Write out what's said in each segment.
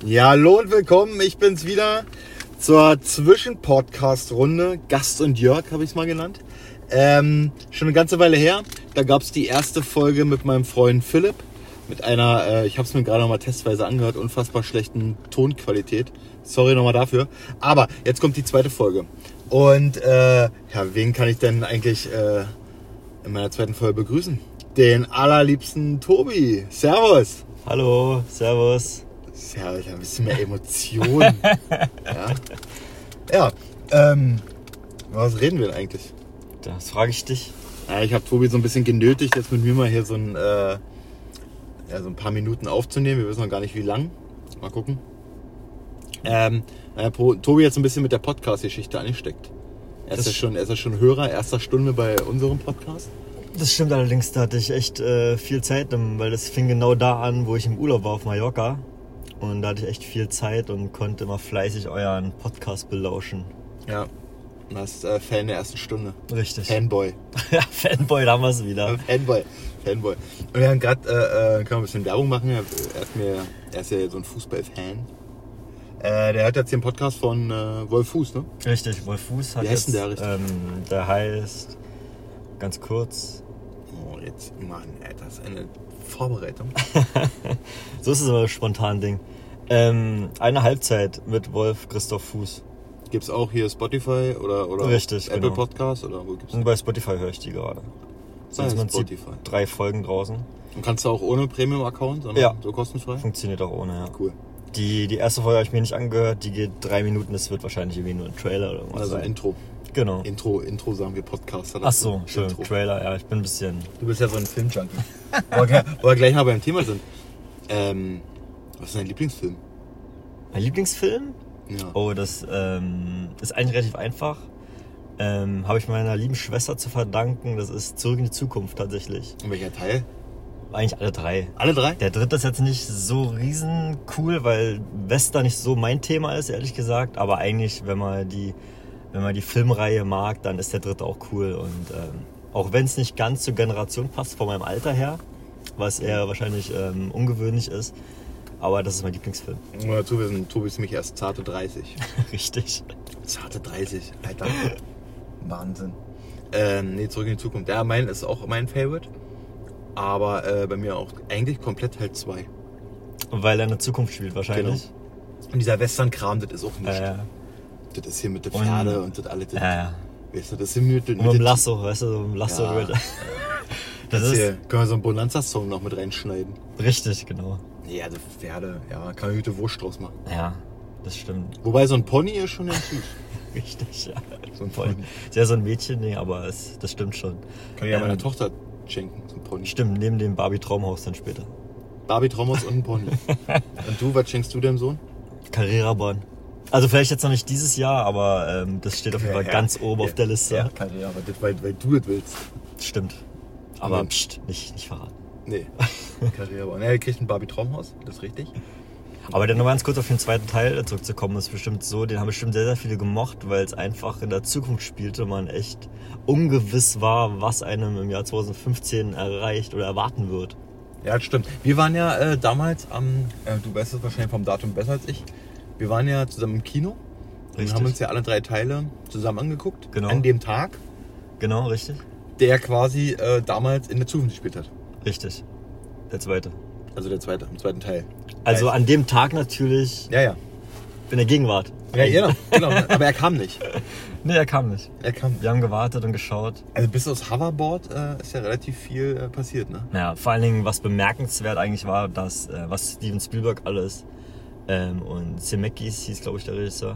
Ja, hallo und willkommen. Ich bin's wieder zur Zwischen-Podcast-Runde. Gast und Jörg habe ich es mal genannt. Schon eine ganze Weile her. Da gab es die erste Folge mit meinem Freund Philipp. Mit einer, ich habe es mir gerade nochmal testweise angehört, unfassbar schlechten Tonqualität. Sorry nochmal dafür. Aber jetzt kommt die zweite Folge. Und wen kann ich denn eigentlich in meiner zweiten Folge begrüßen? Den allerliebsten Tobi. Servus. Hallo, servus. Servus, ein bisschen mehr Emotionen. Ja, was reden wir denn eigentlich? Das frage ich dich. Ja, ich habe Tobi so ein bisschen genötigt, jetzt mit mir mal hier so ein paar Minuten aufzunehmen. Wir wissen noch gar nicht, wie lang. Mal gucken. Tobi jetzt ein bisschen mit der Podcast-Geschichte angesteckt. Er ist ja schon Hörer erster Stunde bei unserem Podcast. Das stimmt allerdings, da hatte ich echt viel Zeit, weil das fing genau da an, wo ich im Urlaub war auf Mallorca. Und da hatte ich echt viel Zeit und konnte immer fleißig euren Podcast belauschen. Ja, du hast Fan der ersten Stunde. Richtig. Fanboy. Ja, Fanboy, da haben wir es wieder. Fanboy. Und wir haben gerade, können wir ein bisschen Werbung machen. Er ist ja so ein Fußballfan. Der hat jetzt den Podcast von Wolf Fuß, ne? Richtig, Wolf Fuß hat Wie heißt jetzt, denn der richtig? Der heißt, ganz kurz... Oh, jetzt, Mann, das ist eine Vorbereitung. So ist es immer ein spontan Ding. Eine Halbzeit mit Wolf Christoph Fuß. Gibt's auch hier Spotify oder Richtig, Apple genau. Podcast oder wo gibt's? Und bei Spotify höre ich die gerade. Sind im Prinzip Spotify. 3 Folgen draußen. Und kannst du auch ohne Premium-Account, sondern Ja. so kostenfrei? Funktioniert auch ohne, ja. Cool. Die erste Folge habe ich mir nicht angehört, die geht 3 Minuten, das wird wahrscheinlich irgendwie nur ein Trailer oder was Also sein. Intro. Genau. Intro sagen wir Podcaster. Ach so, schön, Intro. Trailer, ja, ich bin ein bisschen... Du bist ja so ein Filmjunkie. Wo wir gleich mal beim Thema sind. Was ist dein Lieblingsfilm? Mein Lieblingsfilm? Ja. Oh, das ist eigentlich relativ einfach. Habe ich meiner lieben Schwester zu verdanken, das ist Zurück in die Zukunft tatsächlich. Und welcher Teil? Eigentlich alle 3. Alle 3? Der dritte ist jetzt nicht so riesen cool, weil Western nicht so mein Thema ist, ehrlich gesagt. Aber eigentlich, wenn man die Filmreihe mag, dann ist der dritte auch cool. Und auch wenn es nicht ganz zur Generation passt, von meinem Alter her, was eher wahrscheinlich ungewöhnlich ist, aber das ist mein Lieblingsfilm. Nur dazu wissen, Tobi ist nämlich erst zarte 30. Richtig. Zarte 30, Alter. Wahnsinn. Zurück in die Zukunft. Ja, mein ist auch mein Favorite. Aber bei mir auch eigentlich komplett halt 2. Weil er in der Zukunft spielt wahrscheinlich. Und dieser Western-Kram, das ist auch nicht. Das ist hier mit der Pferde und das alles. Ja. Weißt du, das sind mit dem Lasso, weißt du, so ein Lasso. Ja. Das ist hier, können wir so einen Bonanza-Song noch mit reinschneiden. Richtig, genau. Ja, also Pferde, ja, kann man gute Wurst draus machen. Ja, das stimmt. Wobei so ein Pony ist schon ganz süß. Richtig, ja. So ein Pony. Ist ja so ein Mädchen, nee, aber das stimmt schon. Kann ich ja meiner Tochter schenken, so ein Pony. Stimmt, neben dem Barbie-Traumhaus dann später. Barbie-Traumhaus und ein Pony. Und du, was schenkst du deinem Sohn? Carrera-Bahn. Also vielleicht jetzt noch nicht dieses Jahr, aber das steht auf jeden Fall ganz oben auf der Liste. Ja, Carrera, aber das, weil du das willst. Stimmt. Aber nicht verraten. Nee, Carrera-Bahn. Er kriegt ein Barbie-Traumhaus, das ist richtig. Aber dann noch ganz kurz auf den zweiten Teil zurückzukommen, ist bestimmt so, den haben bestimmt sehr, sehr viele gemocht, weil es einfach in der Zukunft spielte und man echt ungewiss war, was einem im Jahr 2015 erreicht oder erwarten wird. Ja, das stimmt. Wir waren ja damals du weißt es wahrscheinlich vom Datum besser als ich, wir waren ja zusammen im Kino. Richtig. Und haben uns ja alle 3 Teile zusammen angeguckt. Genau. An dem Tag. Genau, richtig. Der quasi damals in der Zukunft gespielt hat. Richtig. Der zweite. Also im zweiten Teil. Also an dem Tag natürlich Ja. in der Gegenwart. Ja, genau. Aber er kam nicht. Nee, er kam nicht. Wir haben gewartet und geschaut. Also bis aufs Hoverboard ist ja relativ viel passiert, ne? Naja, vor allen Dingen, was bemerkenswert eigentlich war, dass was Steven Spielberg alles und Zemeckis, hieß glaube ich der Regisseur,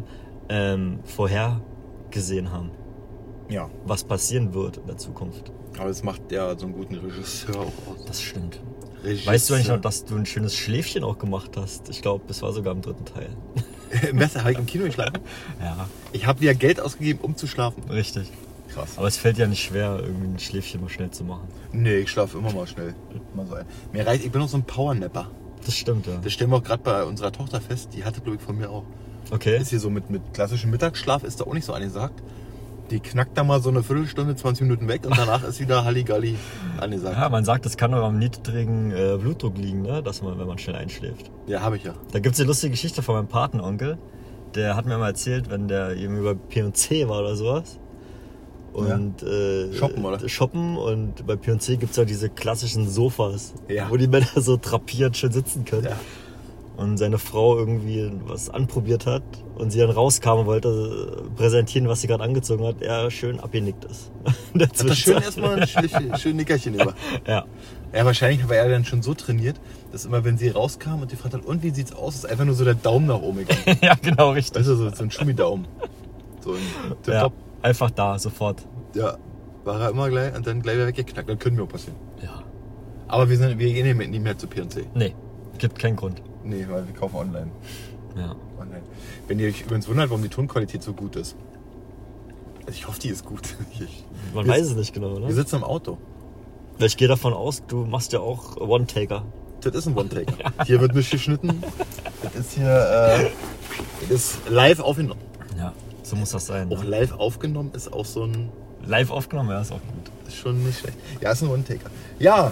vorher gesehen haben. Ja. Was passieren wird in der Zukunft. Aber das macht ja so einen guten Regisseur auch aus. Das stimmt. Regisseur. Weißt du eigentlich noch, dass du ein schönes Schläfchen auch gemacht hast? Ich glaube, das war sogar im 3. Teil. Im Messer habe ich im Kino geschlafen? Ja. Ich habe dir Geld ausgegeben, um zu schlafen. Richtig. Krass. Aber es fällt ja nicht schwer, irgendwie ein Schläfchen mal schnell zu machen. Nee, ich schlafe immer mal schnell. Immer so ein. Mir reicht, ich bin auch so ein Powernapper. Das stimmt, ja. Das stellen wir auch gerade bei unserer Tochter fest. Die hatte, glaube ich, von mir auch. Okay. Ist hier so mit klassischem Mittagsschlaf ist da auch nicht so angesagt. Die knackt da mal so eine Viertelstunde, 20 Minuten weg und danach ist wieder Halligalli angesagt. Ja, man sagt, das kann doch am niedrigen Blutdruck liegen, ne? Dass man, wenn man schnell einschläft. Ja, habe ich ja. Da gibt es eine lustige Geschichte von meinem Patenonkel. Der hat mir mal erzählt, wenn der eben über P&C war oder sowas. Und Shoppen, oder? Shoppen, und bei P&C gibt es ja diese klassischen Sofas, Ja. wo die Männer so drapiert schön sitzen können. Ja. Und seine Frau irgendwie was anprobiert hat und sie dann rauskam und wollte präsentieren, was sie gerade angezogen hat, er schön abgenickt ist. Also schön erstmal ein schön Nickerchen über. Ja. Ja, wahrscheinlich war er dann schon so trainiert, dass immer, wenn sie rauskam und die fragt hat, und wie sieht's aus, ist einfach nur so der Daumen nach oben gegangen. Ja, genau, richtig. Weißt du, so ein Schumidaumen. So ein Ja, Top. einfach da, sofort. Ja, war er immer gleich und dann gleich wieder weggeknackt. Dann können wir auch passieren. Ja. Aber wir gehen nicht mehr zu P&C. Nee, gibt keinen Grund. Nee, weil wir kaufen online. Ja. Online. Wenn ihr euch übrigens wundert, warum die Tonqualität so gut ist. Also ich hoffe, die ist gut. Man weiß es nicht genau, Wir ne? sitzen im Auto. Ich gehe davon aus, du machst ja auch One-Taker. Das ist ein One-Taker. Hier wird nicht geschnitten. Das ist hier das ist live aufgenommen. Ja, so muss das sein. Auch Ne? live aufgenommen ist auch so ein... Live aufgenommen, ja, ist auch gut. Ist schon nicht schlecht. Ja, ist ein One-Taker. Ja,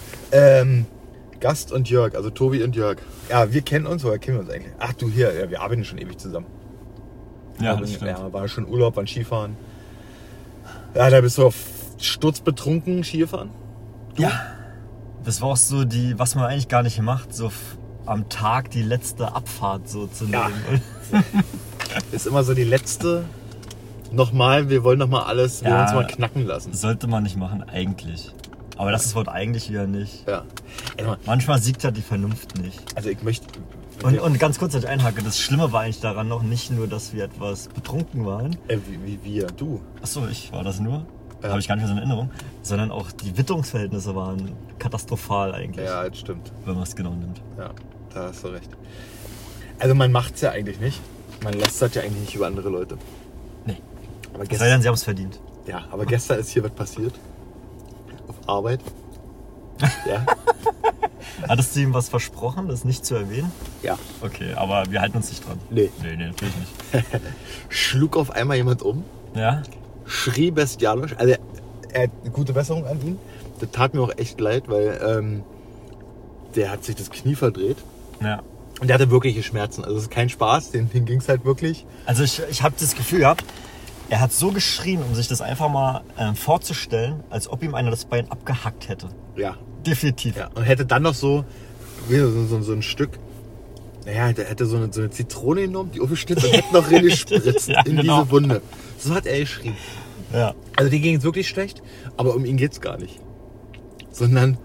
Gast und Jörg, also Tobi und Jörg. Ja, wir kennen uns, woher kennen wir uns eigentlich? Ach du, hier, ja, wir arbeiten schon ewig zusammen. Ja, das stimmt. Ja, war schon Urlaub, waren Skifahren. Ja, da bist du auf sturzbetrunken Skifahren. Ja. Das war auch so was man eigentlich gar nicht macht, so am Tag die letzte Abfahrt so zu Ja. nehmen. Ist immer so die letzte. Nochmal, wir wollen nochmal alles, wir Ja. wollen uns mal knacken lassen. Sollte man nicht machen, eigentlich. Aber das ist das Wort eigentlich wieder nicht. Ja. Ey, Manchmal siegt ja die Vernunft nicht. also ich möchte... Und ganz kurz, dass ich einhake, das Schlimme war eigentlich daran noch nicht nur, dass wir etwas betrunken waren. wie wir, du. Achso, ich war das nur. Ja. Habe ich gar nicht mehr so in Erinnerung. Sondern auch die Witterungsverhältnisse waren katastrophal eigentlich, Ja, das stimmt. wenn man es genau nimmt. Ja, da hast du recht. Also man macht's ja eigentlich nicht. Man lästert ja eigentlich nicht über andere Leute. Nee. Aber Es sei denn, sie haben es verdient. Ja, aber gestern ist hier was passiert. Auf Arbeit. Ja. Hattest du ihm was versprochen, das nicht zu erwähnen? Ja. Okay, aber wir halten uns nicht dran. Nee. Nee, natürlich nicht. Schlug auf einmal jemand um, Ja? schrie bestialisch. Also er hat eine gute Besserung an ihn. Das tat mir auch echt leid, weil der hat sich das Knie verdreht. Ja. Und der hatte wirkliche Schmerzen. Also es ist kein Spaß, den ging es halt wirklich. Also ich habe das Gefühl gehabt, er hat so geschrien, um sich das einfach mal vorzustellen, als ob ihm einer das Bein abgehackt hätte. Ja. Definitiv. Ja. Und hätte dann noch so ein Stück, naja, der hätte so eine Zitrone genommen, die aufgeschnitten und hätte noch reingespritzt Ja, in genau. diese Wunde. So hat er geschrien. Ja. Also die ging es wirklich schlecht, aber um ihn geht's gar nicht. Sondern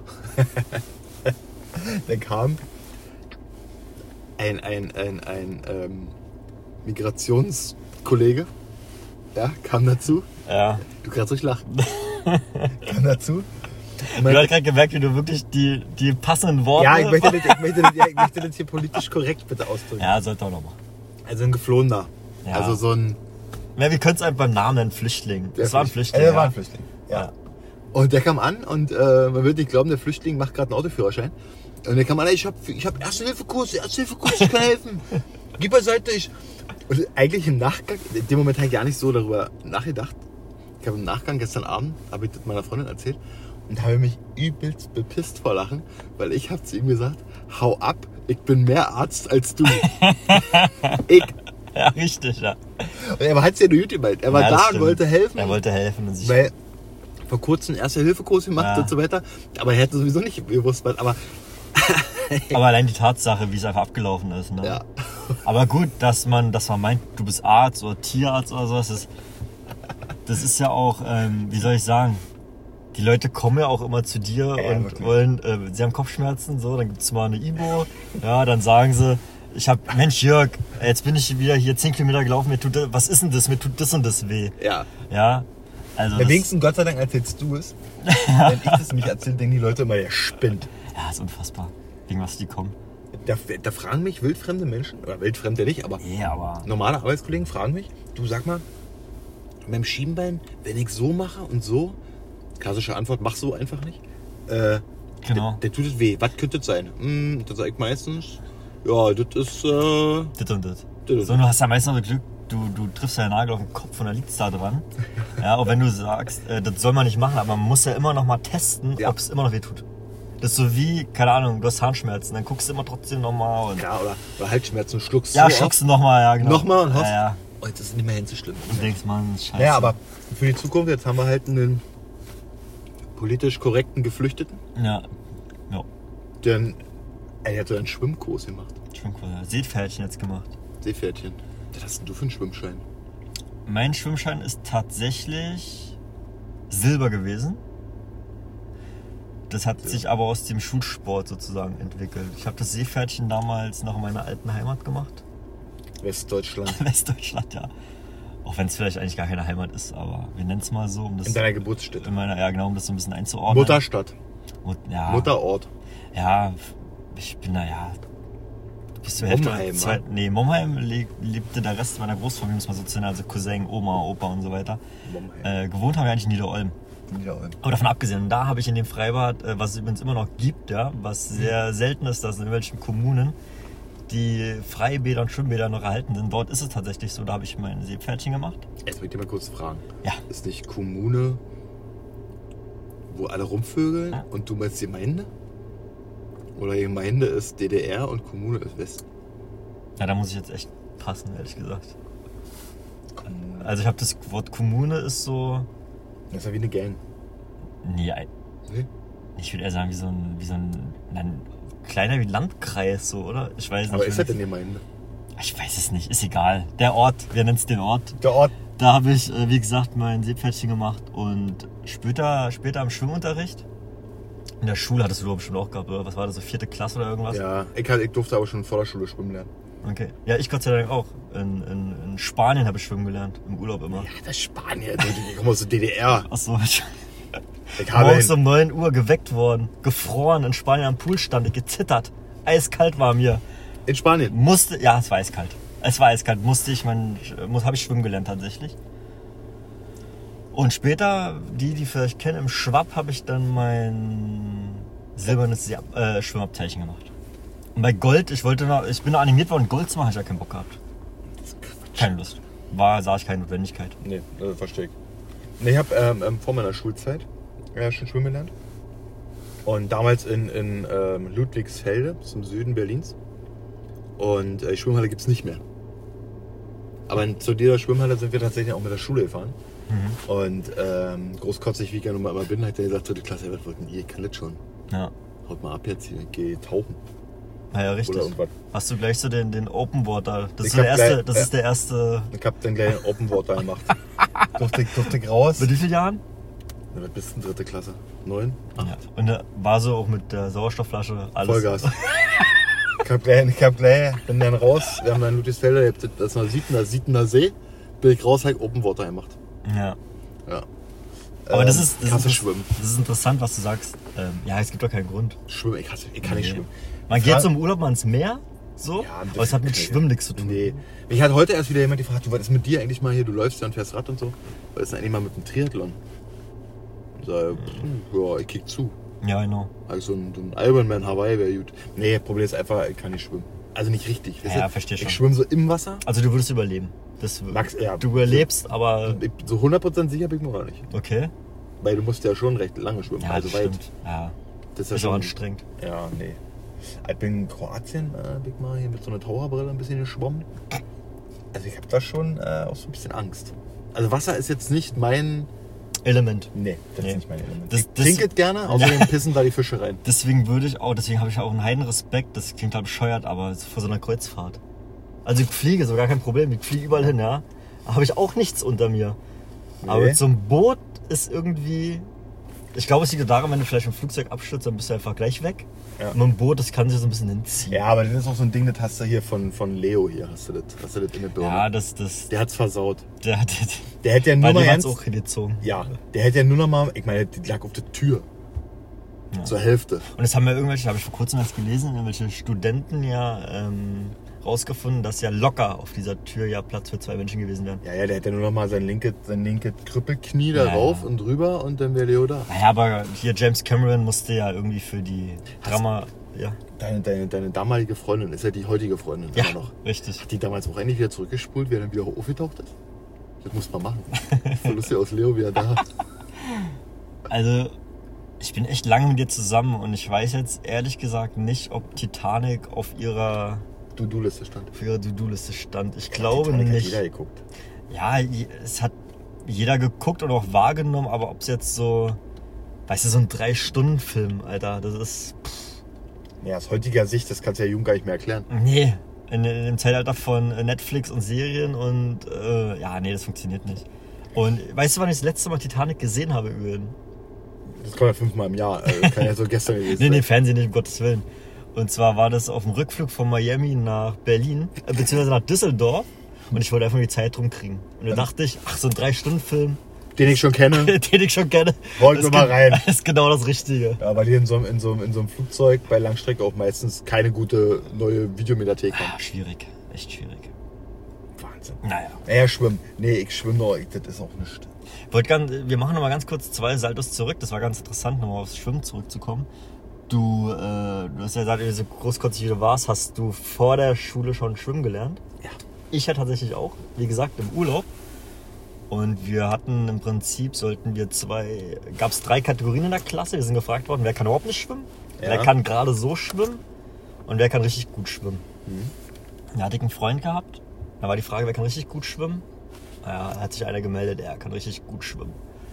dann kam ein Migrationskollege, ja, kam dazu. Ja. Du kannst ruhig lachen. Kam dazu. Ich habe gerade gemerkt, wie du wirklich die passenden Worte... Ja, ich möchte das hier politisch korrekt bitte ausdrücken. Ja, sollte auch noch machen. Also ein Geflohener. Ja. Also so ein... Ja, wir können es einfach beim Namen nennen, Flüchtling. Das war ein Flüchtling. Er war ja. ein Flüchtling, ja. Ja. Und der kam an und man würde nicht glauben, der Flüchtling macht gerade einen Autoführerschein. Und der kam an, ich hab Erste-Hilfe-Kurs, ich kann helfen. Geh beiseite, Und eigentlich im Nachgang, in dem Moment habe ich gar nicht so darüber nachgedacht. Ich habe im Nachgang gestern Abend, habe ich das meiner Freundin erzählt und habe mich übelst bepisst vor Lachen, weil ich habe zu ihm gesagt, hau ab, ich bin mehr Arzt als du. Ich. Ja, richtig, ja. Und er hat es ja nur gut gemeint. Er war Ja, das da und stimmt. wollte helfen. Er wollte helfen und sich... Weil vor kurzem Erste-Hilfe-Kurs gemacht Ja. und so weiter. Aber er hätte sowieso nicht gewusst, was. Aber Aber allein die Tatsache, wie es einfach abgelaufen ist. Ne? ja. Aber gut, dass man meint, du bist Arzt oder Tierarzt oder sowas, das ist ja auch, wie soll ich sagen, die Leute kommen ja auch immer zu dir Ja, und wirklich. wollen, sie haben Kopfschmerzen, so, dann gibt es mal eine Ibo, ja, dann sagen sie, Mensch Jörg, jetzt bin ich wieder hier 10 Kilometer gelaufen, was ist denn das, mir tut das und das weh. Ja. Ja, also Am wenigsten, Gott sei Dank, erzählst du es. Wenn ich das nicht erzähle, denken die Leute immer, der spinnt. ja, ist unfassbar, wegen was die kommen. Da fragen mich wildfremde Menschen, oder wildfremde nicht, aber Nee, aber... normale Arbeitskollegen fragen mich, du sag mal, beim Schienbein, wenn ich so mache und so, klassische Antwort, mach so einfach nicht, Genau. der tut es weh. Was könnte das sein? Da sag ich meistens, ja, das ist, Das und das. Das. So, du hast ja meistens noch Glück, du triffst ja den Nagel auf den Kopf und dann liegt es da dran. Ja, auch wenn du sagst, das soll man nicht machen, aber man muss ja immer noch mal testen, ob es immer noch weh tut. Das ist so wie, keine Ahnung, du hast Zahnschmerzen, dann guckst du immer trotzdem nochmal. Ja, oder Halsschmerzen, schluckst du. Ja, schluckst du nochmal, ja, genau. Nochmal und hoffst, ja. Oh, jetzt ist es nicht mehr so schlimm. Du denkst, Mann, scheiße. Ja, aber für die Zukunft, jetzt haben wir halt einen politisch korrekten Geflüchteten. Ja. Der hat so einen Schwimmkurs gemacht. Schwimmkurs, ja. Seepferdchen jetzt gemacht. Seepferdchen. Was hast denn du für einen Schwimmschein? Mein Schwimmschein ist tatsächlich Silber gewesen. Das hat sich aber aus dem Schulsport sozusagen entwickelt. Ich habe das Seepferdchen damals noch in meiner alten Heimat gemacht. Westdeutschland. Westdeutschland, ja. Auch wenn es vielleicht eigentlich gar keine Heimat ist, aber wir nennen es mal so. In deiner Geburtsstätte. Ja, genau, um das so ein bisschen einzuordnen. Mutterstadt. Ja. Mutterort. Ja, ich bin da, ja. Bist du Momheim, Nee, Momheim lebte der Rest meiner Großfamilie, muss man so nennen, also Cousin, Oma, Opa und so weiter. Gewohnt haben wir eigentlich in Niederolm. Aber davon abgesehen, da habe ich in dem Freibad, was es übrigens immer noch gibt, ja, was sehr selten ist, dass in irgendwelchen Kommunen die Freibäder und Schwimmbäder noch erhalten sind. Dort ist es tatsächlich so, da habe ich mein Seepferdchen gemacht. Jetzt möchte ich mal kurz fragen. Ja. Ist nicht Kommune, wo alle rumvögeln und du meinst Gemeinde? Oder Gemeinde ist DDR und Kommune ist Westen? Ja, da muss ich jetzt echt passen, ehrlich gesagt. Also ich habe das Wort Kommune ist so... Das ist ja wie eine Gang. Nee? Ich würde eher sagen, wie so ein kleiner wie Landkreis, so, oder? Ich weiß nicht. Aber ist das denn Gemeinde? Ich weiß es nicht, ist egal. Der Ort, wir nennen es den Ort. Der Ort. Da habe ich, wie gesagt, mein Seepferdchen gemacht und später im Schwimmunterricht. In der Schule hattest du bestimmt auch gehabt, oder? Was war das, so 4. Klasse oder irgendwas? Ja, ich durfte aber schon vor der Schule schwimmen lernen. Okay. Ja, ich Gott sei Dank auch. In Spanien habe ich schwimmen gelernt, im Urlaub immer. Ja, das ist Spanien, ich komme aus der DDR. Achso, ich morgens um 9 Uhr geweckt worden, gefroren, in Spanien am Pool stand ich, gezittert. Eiskalt war mir. In Spanien? Ja, es war eiskalt. Habe ich schwimmen gelernt tatsächlich. Und später, die vielleicht kennen, im Schwapp habe ich dann mein silbernes Schwimmabteilchen gemacht. Und bei Gold, ich bin noch animiert worden, Gold zu machen, ich ja keinen Bock gehabt. Keine Lust. Sah ich keine Notwendigkeit. Nee, verstehe ich. Nee, ich habe vor meiner Schulzeit schon schwimmen gelernt. Und damals in Ludwigsfelde, das ist im Süden Berlins. Und die Schwimmhalle gibt es nicht mehr. Aber zu dieser Schwimmhalle sind wir tatsächlich auch mit der Schule gefahren. Mhm. Und großkotzig, wie ich ja nun mal immer bin, hat er gesagt, so die Klasse, was wollten ihr? Ich kann das schon. Ja. Haut mal ab jetzt hier, geh tauchen. Ja, richtig. Oder irgendwas. Hast du gleich so den Open Water? Das ist der erste. Ich hab den gleich Open Water gemacht. durfte ich raus. Mit wie vielen Jahren? Ja, was bist du, 3. Klasse? 9? 8? Ja. Und da war so auch mit der Sauerstoffflasche alles. Vollgas. Bin dann raus. Wir haben dann Ludwigsfelde, das ist ein Sietener See. Bin ich raus, halt Open Water gemacht. Ja. Ja. Aber das ist schwimmen. Das ist interessant, was du sagst. Ja, es gibt doch keinen Grund. Schwimmen, ich kann nicht schwimmen. Man geht zum Urlaub mal ins Meer, so, ja, aber es hat mit Schwimmen nichts zu tun. Nee. Mich hat heute erst wieder jemand gefragt, was ist mit dir eigentlich mal hier? Du läufst ja und fährst Rad und so. Was ist denn eigentlich mal mit dem Triathlon? Ja, ich kick zu. Ja, genau. Also so ein Ironman Hawaii wäre gut. Nee, Problem ist einfach, ich kann nicht schwimmen. Also nicht richtig. Ja, verstehe schon. Ich schwimme so im Wasser. Also du würdest überleben. Max, ja. Du überlebst, aber... So 100% sicher bin ich mir auch nicht. Okay. Weil du musst ja schon recht lange schwimmen. Ja, also das weit. Stimmt. Ja. Das ist auch anstrengend. Ja, nee. Ich bin in Kroatien, bin ich mal hier mit so einer Taucherbrille ein bisschen geschwommen. Also ich habe da schon auch so ein bisschen Angst. Also Wasser ist jetzt nicht mein... Element. Nee, das ist nicht mein Element. Ich trinke es gerne, außerdem pissen da die Fische rein. Deswegen habe ich auch einen Heidenrespekt, das klingt halt bescheuert, aber vor so einer Kreuzfahrt. Also ich fliege, so gar kein Problem, ich fliege überall hin, ja. Habe ich auch nichts unter mir. Nee. Aber so ein Boot ist irgendwie... Ich glaube, es liegt daran, wenn du vielleicht im Flugzeug abstürzt, dann bist du einfach gleich weg. Ja. Und ein Boot, das kann sich so ein bisschen hinziehen. Ja, aber das ist auch so ein Ding, das hast du hier von Leo hier. Hast du das in der Birne? Ja, der hat's versaut. Der hätte ja nur mal ganz... auch hingezogen. Ja, der hätte ja nur noch mal... Ich meine, die lag auf der Tür. Ja. Zur Hälfte. Und das haben ja habe ich vor kurzem erst gelesen, irgendwelche Studenten ja rausgefunden, dass ja locker auf dieser Tür ja Platz für 2 Menschen gewesen wären. Ja, der hätte nur noch mal sein linke Krüppelknie da rauf und drüber und dann wäre Leo da. Naja, aber hier James Cameron musste ja irgendwie für die ja. Deine damalige Freundin ist ja die heutige Freundin Ja, immer noch. richtig. Hat die damals auch endlich wieder zurückgespult, wie er dann wieder aufgetaucht ist? Das muss man machen. Voll lustig aus Leo, wie er da. Also, ich bin echt lange mit dir zusammen und ich weiß jetzt ehrlich gesagt nicht, ob Titanic auf ihrer To-Do-Liste stand. To-Do-Liste stand. Ich glaube Titanic nicht. Hat jeder geguckt. Ja, es hat jeder geguckt und auch wahrgenommen, aber ob es jetzt so, weißt du, so ein 3-Stunden-Film, Alter, das ist... Ja, aus heutiger Sicht, das kannst du ja Jugend gar nicht mehr erklären. Nee, in dem Zeitalter von Netflix und Serien und nee, das funktioniert nicht. Und weißt du, wann ich das letzte Mal Titanic gesehen habe, übrigens? Das kommt ja 5-mal im Jahr. Kann ja so gestern gewesen sein. Nee, Fernsehen nicht, um Gottes Willen. Und zwar war das auf dem Rückflug von Miami nach Berlin, beziehungsweise nach Düsseldorf. Und ich wollte einfach die Zeit rumkriegen. Und da dachte ich, ach, so ein 3-Stunden-Film. Den ich schon kenne. Den ich schon kenne. Wollten wir mal rein. Das ist genau das Richtige. Ja, weil die in so einem Flugzeug bei Langstrecke auch meistens keine gute neue Videomediathek haben. Ah, schwierig. Echt schwierig. Wahnsinn. Naja. Schwimmen. Nee, ich schwimme noch. Das ist auch nichts. Wir machen noch mal ganz kurz 2 Saltos zurück. Das war ganz interessant, nochmal aufs Schwimmen zurückzukommen. Du hast ja gesagt, so großkotzig wie du warst, hast du vor der Schule schon schwimmen gelernt? Ja. Ich ja tatsächlich auch, wie gesagt, im Urlaub. Und wir hatten im Prinzip, gab es 3 Kategorien in der Klasse. Wir sind gefragt worden, wer kann überhaupt nicht schwimmen, Ja. wer kann gerade so schwimmen und wer kann richtig gut schwimmen. Da hatte ich einen Freund gehabt, da war die Frage, wer kann richtig gut schwimmen? Ja, da hat sich einer gemeldet, er kann richtig gut schwimmen.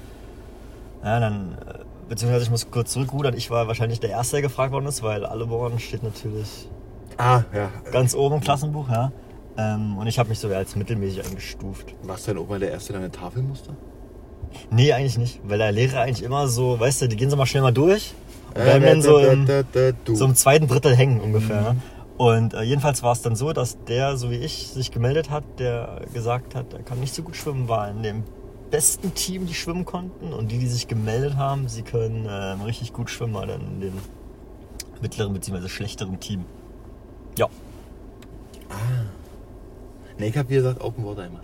Ja, dann, beziehungsweise ich muss kurz zurückrudern, ich war wahrscheinlich der Erste, der gefragt worden ist, weil Alleborn steht natürlich Ja. ganz oben im Klassenbuch, ja. Und ich habe mich sogar als mittelmäßig eingestuft. Warst dein Opa der Erste, der eine Tafel musste? Nee, eigentlich nicht, weil der Lehrer eigentlich immer so, weißt du, die gehen so mal schnell mal durch und bleiben dann so im 2. Drittel hängen ungefähr. Ne? Und jedenfalls war es dann so, dass der, so wie ich, sich gemeldet hat, der gesagt hat, er kann nicht so gut schwimmen, war in dem besten Team, die schwimmen konnten. Und die sich gemeldet haben, sie können richtig gut schwimmen, war dann in dem mittleren bzw. schlechteren Team. Ja. Nee, ich hab wie gesagt Open Water gemacht.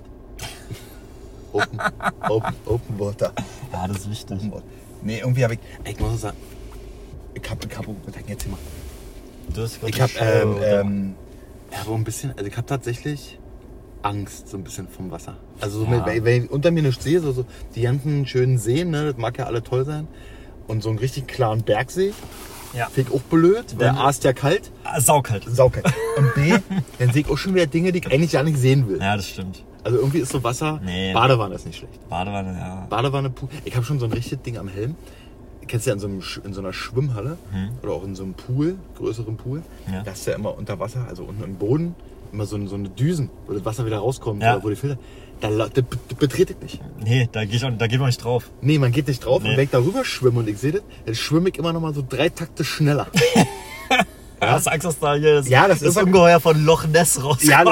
Open Water. Ja, das ist wichtig. Nee, irgendwie habe ich muss sagen, ich hab jetzt gemacht. Ich hab so ein bisschen, also ich hab tatsächlich Angst so ein bisschen vom Wasser. Also so wenn ich unter mir nichts sehe, so die ganzen schönen Seen, ne, das mag ja alle toll sein. Und so einen richtig klaren Bergsee. Ja. Finde ich auch blöd, weil A ist ja kalt. Saukalt. Und B, dann sehe ich auch schon wieder Dinge, die ich eigentlich gar nicht sehen will. Ja, das stimmt. Also irgendwie ist so Wasser, Badewanne ist nicht schlecht. Badewanne, Pool. Ich habe schon so ein richtiges Ding am Helm. Kennst du ja in so einer Schwimmhalle oder auch in so einem Pool, größeren Pool, da ist ja immer unter Wasser, also unten im Boden, immer so eine Düsen, wo das Wasser wieder rauskommt, oder wo die Filter. Das betrete ich nicht. Nee, da geht man nicht drauf. Nee, man geht nicht drauf. Nee. Und wenn ich darüber schwimme und ich sehe das, dann schwimme ich immer noch mal so 3 Takte schneller. Ja? Hast du Angst, dass da hier das Ungeheuer von Loch Ness rauskommt? Ja,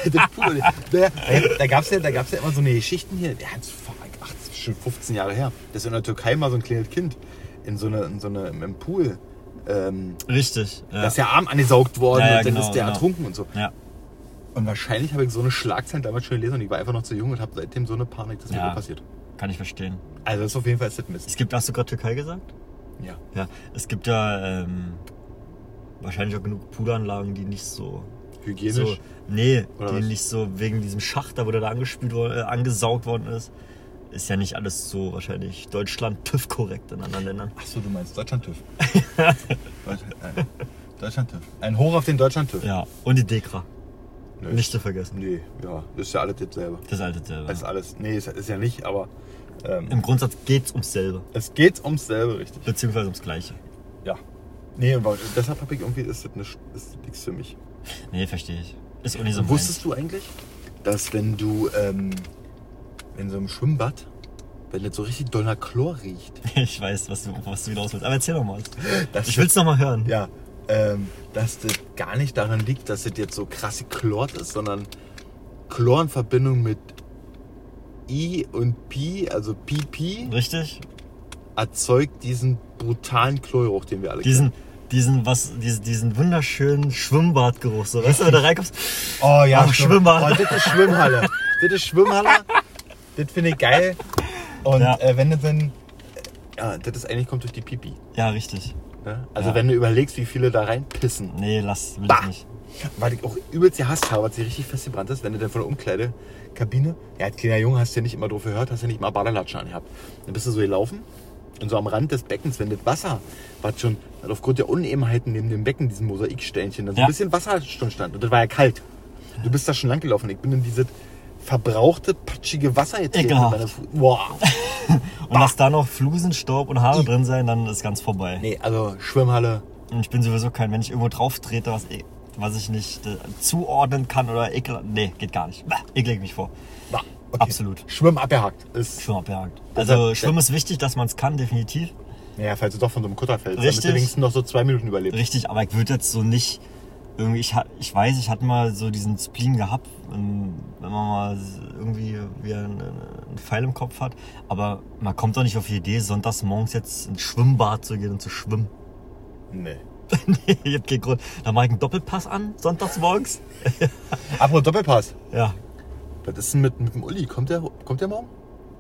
da gab's ja immer so eine Geschichten hier, das ist schon 15 Jahre her, dass in der Türkei mal so ein kleines Kind im Pool richtig. Ja. Da ist der Arm angesaugt worden und dann genau, ist der ertrunken und so. Ja. Und wahrscheinlich habe ich so eine Schlagzeile damals schon gelesen und ich war einfach noch zu jung und habe seitdem so eine Panik, dass mir das passiert. Kann ich verstehen. Also das ist auf jeden Fall Mist. Hast du gerade Türkei gesagt? Ja. Es gibt ja wahrscheinlich auch genug Poolanlagen, die nicht so hygienisch? Die nicht so wegen diesem Schacht, da wo der da angesaugt worden ist. Ist ja nicht alles so wahrscheinlich Deutschland TÜV-korrekt in anderen Ländern. Achso, du meinst Deutschland TÜV. Deutschland TÜV. Ein Hoch auf den Deutschland TÜV. Ja, und die DEKRA. Nicht zu vergessen. Nee, ja, das ist ja alles dasselbe. Das ist alles dasselbe. Das ist alles, ist ja nicht, aber... im Grundsatz geht's ums selbe. Es geht ums selbe, richtig. Beziehungsweise ums Gleiche. Ja. Nee, aber deshalb habe ich irgendwie, ist das nichts für mich. Nee, verstehe ich. Ist auch nicht so Wusstest du eigentlich, dass wenn du in so einem Schwimmbad, wenn das so richtig doll nach Chlor riecht... Ich weiß, was du wieder aus willst. Aber erzähl doch mal. Ich will's noch mal hören. Ja. Dass das gar nicht daran liegt, dass das jetzt so krass geklort ist, sondern Chlor in Verbindung mit I und Pi, also Pipi, richtig, erzeugt diesen brutalen Chlorgeruch, den wir alle kennen. Diesen wunderschönen Schwimmbadgeruch, so, weißt du, wenn du reinkommst. Oh ja, Schwimmbad. Oh, das ist Schwimmhalle. Das finde ich geil. Und wenn du dann, das ist eigentlich kommt durch die Pipi. Ja, richtig. Ja? Also Ja. wenn du überlegst, wie viele da reinpissen. Nee, will Bah! ich nicht. Weil ich auch übelst gehasst habe, was sie richtig festgebrannt ist, wenn du dann von der Umkleidekabine, ja, als kleiner Junge hast du ja nicht immer drauf gehört, hast ja nicht mal Badelatschen angehabt. Dann bist du so gelaufen und so am Rand des Beckens, wenn das Wasser, was schon aufgrund der Unebenheiten neben dem Becken, diesen Mosaiksteinchen, da so ein bisschen Wasser schon stand und das war ja kalt. Du bist da schon lang gelaufen. Ich bin in dieses verbrauchte, patschige Wasser getreten. Boah. Und dass da noch Flusen, Staub und Haare drin sein, dann ist ganz vorbei. Nee, also Schwimmhalle. Und ich bin sowieso wenn ich irgendwo drauf trete, was ich nicht zuordnen kann oder ekel. Nee, geht gar nicht. Ekel ich mich vor. Bah, okay. Absolut. Schwimmen abgehakt. Ist, Schwimmen abgehakt. Also Schwimmen ist wichtig, dass man es kann, definitiv. ja, falls du doch von so einem Kutter fällst. Richtig. Damit du wenigstens noch so 2 Minuten überlebst. Richtig, aber ich würde jetzt so nicht irgendwie, ich weiß, ich hatte mal so diesen Spleen gehabt, wenn man mal irgendwie wie ein Pfeil im Kopf hat, aber man kommt doch nicht auf die Idee, sonntags morgens jetzt ins Schwimmbad zu gehen und zu schwimmen. Nee. Nee, ich hab keinen Grund. Dann mache ich einen Doppelpass an, sonntags morgens. Apropos Doppelpass. Ja. Was ist denn mit dem Uli? Kommt der morgen?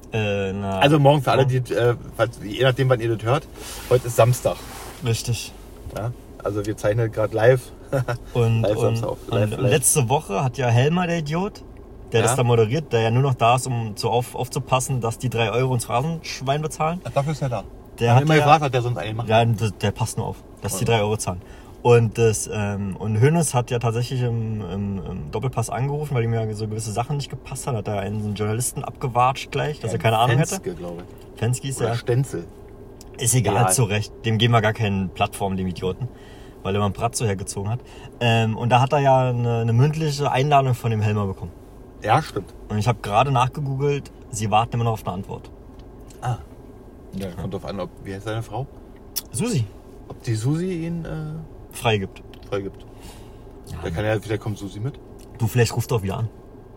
Na, Also morgen für alle, die, je nachdem, wann ihr das hört. Heute ist Samstag. richtig. Ja? Also wir zeichnen gerade live. Und, Live Samstag auf. Live. letzte Woche hat ja Helmer, der Idiot, der das da moderiert, der ja nur noch da ist, um aufzupassen, dass die 3 Euro ins Phrasenschwein bezahlen. Dafür ist er da. Der hat immer gefragt, was der sonst eigentlich macht. Ja, der passt nur auf, dass die 3 Euro zahlen. Und und Hönes hat ja tatsächlich im Doppelpass angerufen, weil ihm ja so gewisse Sachen nicht gepasst hat. Hat er einen Journalisten abgewatscht gleich, dass er keine Ahnung hätte. Fenske, glaube ich. Fenske ist Oder ja. Stenzel. Ist egal, Ja. zu Recht. Dem geben wir gar keine Plattform, dem Idioten. Weil er mal einen Bratzo hergezogen hat. Und da hat er ja eine mündliche Einladung von dem Helmer bekommen. Ja, stimmt. Und ich habe gerade nachgegoogelt, sie warten immer noch auf eine Antwort. Ah. Ja, kommt drauf an, wie heißt seine Frau? Susi. Ob die Susi ihn Freigibt. freigibt. Ja, Da kann ja wieder kommt Susi mit. du, vielleicht rufst du auch wieder an.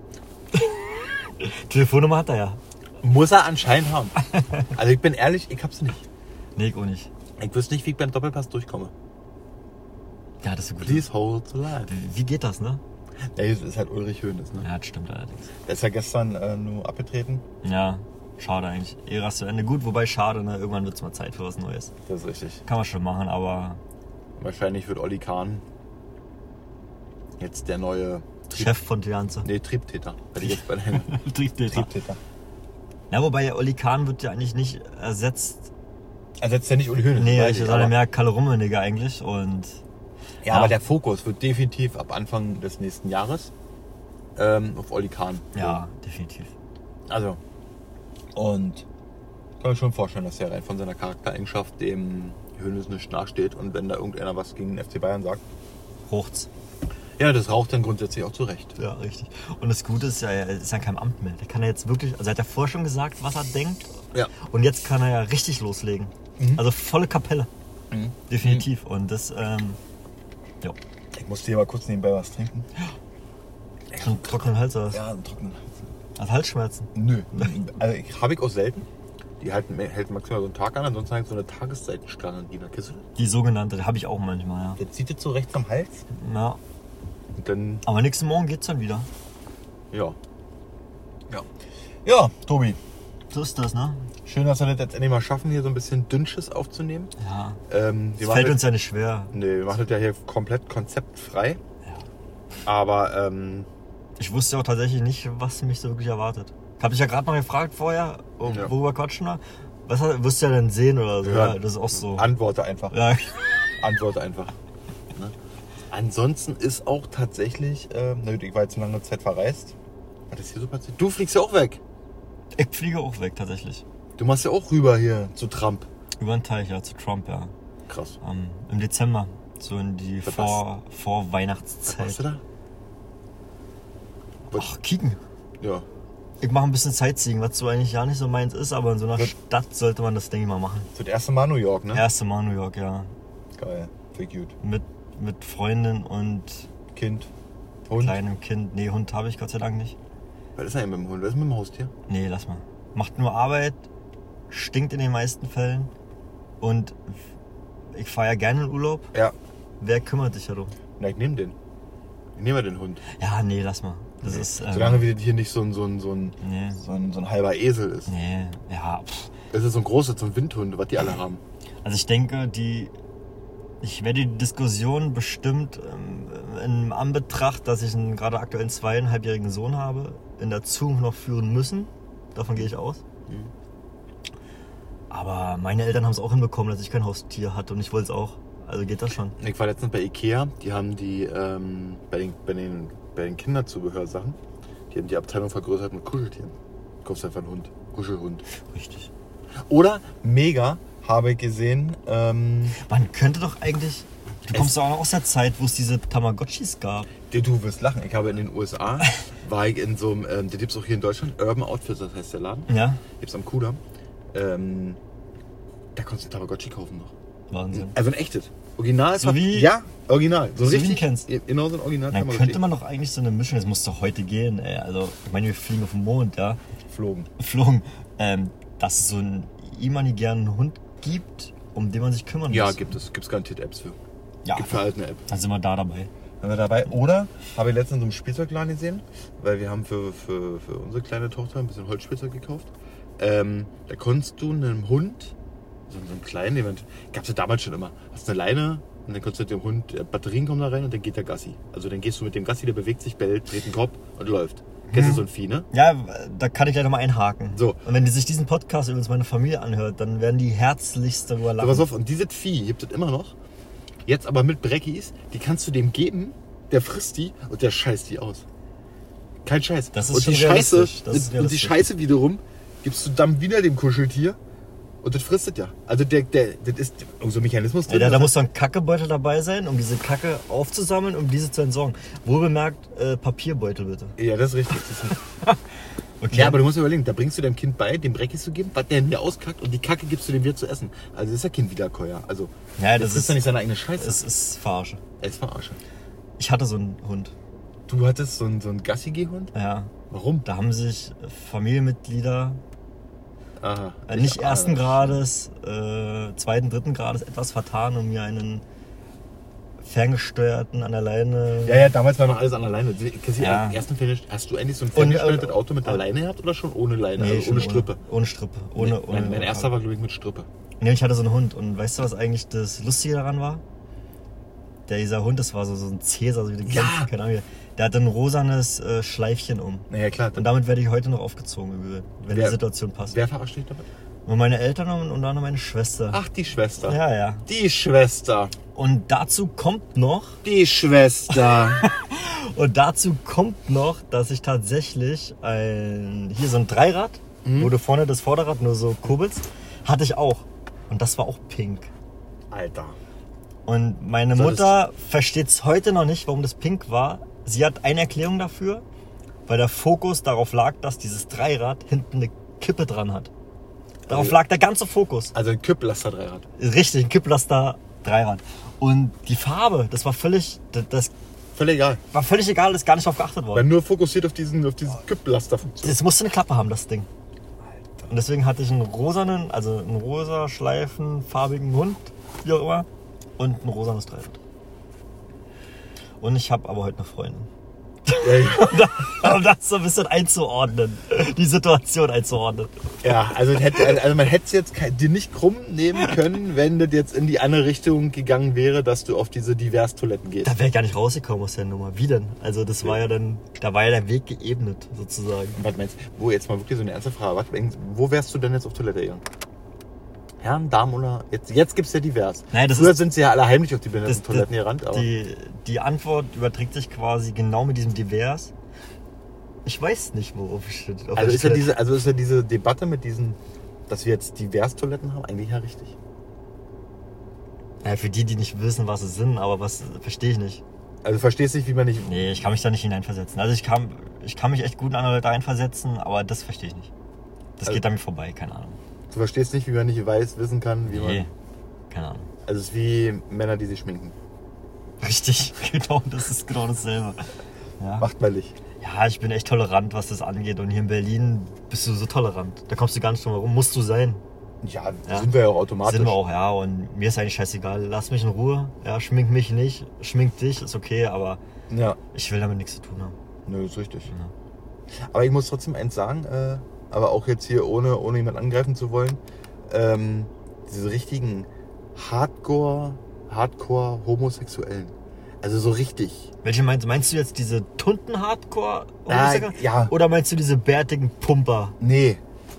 Telefonnummer hat er ja. Muss er anscheinend haben. Also ich bin ehrlich, ich hab's nicht. Nee, ich auch nicht. Ich wüsste nicht, wie ich beim Doppelpass durchkomme. Ja, das ist gut. Please hold the line. Wie geht das, ne? Ja, das ist halt Ulrich Hönes, ne? Ja, das stimmt allerdings. Der ist ja gestern nur abgetreten. Ja, schade eigentlich. Ära zu Ende. Gut, wobei schade, ne? Irgendwann wird's mal Zeit für was Neues. Das ist richtig. Kann man schon machen, aber Wahrscheinlich wird Olli Kahn jetzt der neue Chef von Tianze. Nee, Triebtäter. Weil ich jetzt bei den Triebtäter. Ja, wobei der Oli Kahn wird ja eigentlich nicht ersetzt. Ersetzt ja nicht Uli Hönes. Nee, weiß ich ich, sage aber- mehr Kalle Rummenigge eigentlich. Und Ja, aber der Fokus wird definitiv ab Anfang des nächsten Jahres auf Olli Kahn. ja, definitiv. Also, und ich kann mir schon vorstellen, dass er rein von seiner Charaktereigenschaft dem Hönes nicht nachsteht und wenn da irgendeiner was gegen den FC Bayern sagt, Hochz. ja, das raucht dann grundsätzlich auch zurecht. Ja, richtig. Und das Gute ist ja, er ist ja kein Amt mehr. Der kann ja jetzt wirklich, also er hat ja vorher schon gesagt, was er denkt. Ja. Und jetzt kann er ja richtig loslegen. Also volle Kapelle. Definitiv. Und das, ja. Ich musste hier mal kurz nebenbei was trinken. Einen trockenen Hals oder was? Ja, einen trockenen Hals. Also Halsschmerzen. Nö. Also habe ich auch selten. Die hält maximal so einen Tag an, ansonsten halt so eine Tagesseitenstrangangina. Kennst du das? Die sogenannte, habe ich auch manchmal, ja. Der zieht jetzt so rechts am Hals Ja. und dann, Aber nächsten Morgen geht's dann wieder. ja. Ja, Tobi. So ist das, ne? Schön, dass wir das jetzt endlich mal schaffen, hier so ein bisschen Dünnschiss aufzunehmen. Ja. Wir Das fällt uns ja nicht schwer. Nee, wir machen das ja hier komplett konzeptfrei. Ja. Aber, Ich wusste auch tatsächlich nicht, was mich so wirklich erwartet. Ich habe dich ja gerade mal gefragt vorher, Ja. worüber quatschen wir? Wirst du ja denn sehen oder so? Hören. Ja, das ist auch so. antworte einfach. Ja. Antworte einfach. Ne? Ansonsten ist auch tatsächlich, na gut, ich war jetzt eine lange Zeit verreist. Was ist hier so passiert? Du fliegst ja auch weg. Ich fliege auch weg, tatsächlich. Du machst ja auch rüber hier zu Trump. Über den Teich, ja, zu Trump, ja. Krass. Im Dezember. So in die Was Was Vorweihnachtszeit. machst du da? Ach, kicken. Ja. Ich mache ein bisschen Sightseeing, was so eigentlich ja nicht so meins ist, aber in so einer Was? Stadt sollte man das, denke ich mal, machen. Das erste Mal New York, ne? Erste Mal New York, ja. Geil. Viel gut. Mit Freundin und Kind. Hund. kleinem Kind. Nee, Hund habe ich Gott sei Dank nicht. Was ist denn mit dem Hund? Was ist mit dem Haustier? Nee, lass mal. Macht nur Arbeit, stinkt in den meisten Fällen und ich fahre ja gerne in Urlaub. Ja. Wer kümmert sich darum? Na, ich nehme den. Ich nehme den Hund. Ja, nee, lass mal. Das ist. Solange wie das hier nicht so ein Nee. so ein halber Esel ist. Nee, ja. Pff. Es ist so ein großer, so ein Windhund, was die alle haben. Also ich denke, Ich werde die Diskussion bestimmt in Anbetracht, dass ich einen gerade aktuell 2,5-jährigen Sohn habe, in der Zukunft noch führen müssen. Davon gehe ich aus. Aber meine Eltern haben es auch hinbekommen, dass ich kein Haustier hatte und ich wollte es auch. Also geht das schon. Ich war letztens bei Ikea, die haben die bei den Kinderzubehörsachen, die haben die Abteilung vergrößert mit Kuscheltieren. Du kaufst einfach einen Hund, Kuschelhund. Richtig. Oder mega, habe ich gesehen. Man könnte doch eigentlich. Du kommst doch auch noch aus der Zeit, wo es diese Tamagotchis gab. Du wirst lachen. Ich habe in den USA, war ich in so einem, der gibt es auch hier in Deutschland, Urban Outfitters, das heißt der Laden. Ja. Gibt's am Kudamm. Da konntest du ein Tamagotchi kaufen noch. Wahnsinn. Also ein echtes. Original. So wie? Ja, original. So richtig. Wie du kennst. Genau so ein Original Dann Tamagotchi. könnte man doch eigentlich so eine Mischung, das muss doch heute gehen, ey. Also, ich meine, wir fliegen auf den Mond, ja. Flogen. Dass es so einen imaginären Hund gibt, um den man sich kümmern muss. Ja, gibt es. Gibt es garantiert Apps für. Ja, Gibt für halt eine App. dann sind wir da dabei. Sind wir dabei. Oder habe ich letztens in so einem Spielzeugladen gesehen, weil wir haben für unsere kleine Tochter ein bisschen Holzspielzeug gekauft. Da konntest du einem Hund, so einen kleinen, gab es ja damals schon immer, hast eine Leine und dann konntest du dem Hund, Batterien kommen da rein und dann geht der Gassi. Also dann gehst du mit dem Gassi, der bewegt sich, bellt, dreht den Kopf und läuft. Kennst du so ein Vieh, ne? Ja, da kann ich gleich nochmal einhaken. So. Und wenn die sich diesen Podcast übrigens meine Familie anhört, dann werden die herzlichst darüber So, lachen. pass auf, und dieses Vieh gibt es immer noch. Jetzt aber mit Breckis, die kannst du dem geben, der frisst die und der scheißt die aus. Kein Scheiß. Das ist und schon die Scheiße, realistisch. Das ist und die realistisch. Scheiße wiederum gibst du dann wieder dem Kuscheltier und das frisst es ja. Also das ist so ein Mechanismus drin. Ja, da muss so ein Kackebeutel dabei sein, um diese Kacke aufzusammeln, um diese zu entsorgen. Wohlbemerkt, Papierbeutel bitte. Ja, das ist richtig. Okay. Ja, aber du musst dir überlegen, da bringst du deinem Kind bei, dem Breckis zu geben, was der mir auskackt und die Kacke gibst du dem wieder zu essen. Also das ist ja kein Wiederkäuer. Also Ja, das ist ja nicht seine eigene Scheiße. Es ist Verarsche. Es ist Verarsche. Ich hatte so einen Hund. Du hattest so einen Gassi-Gehhund? Ja. Warum? Da haben sich Familienmitglieder Aha. nicht ersten Grades, zweiten, dritten Grades etwas vertan, um mir einen ferngesteuerten an der Leine. Ja, damals war noch alles an der Leine. Ja. Ersten Finish, hast du eigentlich so ein ferngesteuertes Auto mit der Leine gehabt oder schon ohne Leine? Nee, also schon ohne Strippe? Ohne Strippe. Mein erster war, glaube ich, mit Strippe. Nee, ich hatte so einen Hund. Und weißt du, was eigentlich das Lustige daran war? Dieser Hund, das war so ein Cäsar, so wie du kennst, keine Ahnung. Der hatte ein rosanes Schleifchen um. Naja, klar. Und damit werde ich heute noch aufgezogen, wenn die Situation passt. Wer verarscht dich damit? Und meine Eltern und unter anderem meine Schwester. Ach, die Schwester. Ja. Die Schwester. Und dazu kommt noch, dass ich tatsächlich hier so ein Dreirad, wo du vorne das Vorderrad nur so kurbelst, hatte ich auch. Und das war auch pink. Alter. Und meine Mutter versteht es heute noch nicht, warum das pink war. Sie hat eine Erklärung dafür, weil der Fokus darauf lag, dass dieses Dreirad hinten eine Kippe dran hat. Darauf lag der ganze Fokus. Also ein Kipplaster-Dreirad. Richtig, ein Kipplaster-Dreirad. Und die Farbe, das war völlig egal. War völlig egal, ist gar nicht darauf geachtet worden. War nur fokussiert auf diese Kipplaster-Funktion. Das musste eine Klappe haben, das Ding. Und deswegen hatte ich einen rosa schleifenfarbigen Hund, wie auch immer, und ein rosanes Dreirad. Und ich habe aber heute eine Freundin. Um das so ein bisschen einzuordnen, die Situation einzuordnen. Ja, also man hätte es jetzt dir nicht krumm nehmen können, wenn das jetzt in die andere Richtung gegangen wäre, dass du auf diese Divers-Toiletten gehst. Da wäre ich gar nicht rausgekommen aus der Nummer. Wie denn? Also das war ja dann, da war ja der Weg geebnet, sozusagen. Was meinst du, wo jetzt mal wirklich so eine ernste Frage, wo wärst du denn jetzt auf Toilette gegangen? Herren, Damen oder... Jetzt gibt es ja divers. Nein, Früher sind sie ja alle heimlich auf die Toiletten gerannt. Aber die Antwort überträgt sich quasi genau mit diesem divers. Ich weiß nicht, worauf ich stehe. Ist ja diese Debatte mit diesen, dass wir jetzt Divers-Toiletten haben, eigentlich ja richtig. Ja, für die nicht wissen, was es sind, aber was verstehe ich nicht. Also verstehst du nicht, wie man nicht... Nee, ich kann mich da nicht hineinversetzen. Also ich kann mich echt gut in andere Leute reinversetzen, aber das verstehe ich nicht. Das geht an mir vorbei, keine Ahnung. Du verstehst nicht, wie man nicht wissen kann, wie man... Nee, keine Ahnung. Also es ist wie Männer, die sich schminken. Richtig, genau, das ist genau dasselbe. Ja. Macht mal Licht. Ja, ich bin echt tolerant, was das angeht. Und hier in Berlin bist du so tolerant. Da kommst du gar nicht drum herum. Musst du sein. Ja, sind wir ja auch automatisch. Sind wir auch, ja. Und mir ist eigentlich scheißegal. Lass mich in Ruhe. Ja, schmink mich nicht. Schmink dich, ist okay, aber ich will damit nichts zu tun haben. Nö, ist richtig. Ja. Aber ich muss trotzdem eins sagen, aber auch jetzt hier, ohne jemanden angreifen zu wollen, diese richtigen Hardcore-Homosexuellen. Also so richtig. Welche meinst du jetzt diese Tunten-Hardcore? Ja. Oder meinst du diese bärtigen Pumper? Nee,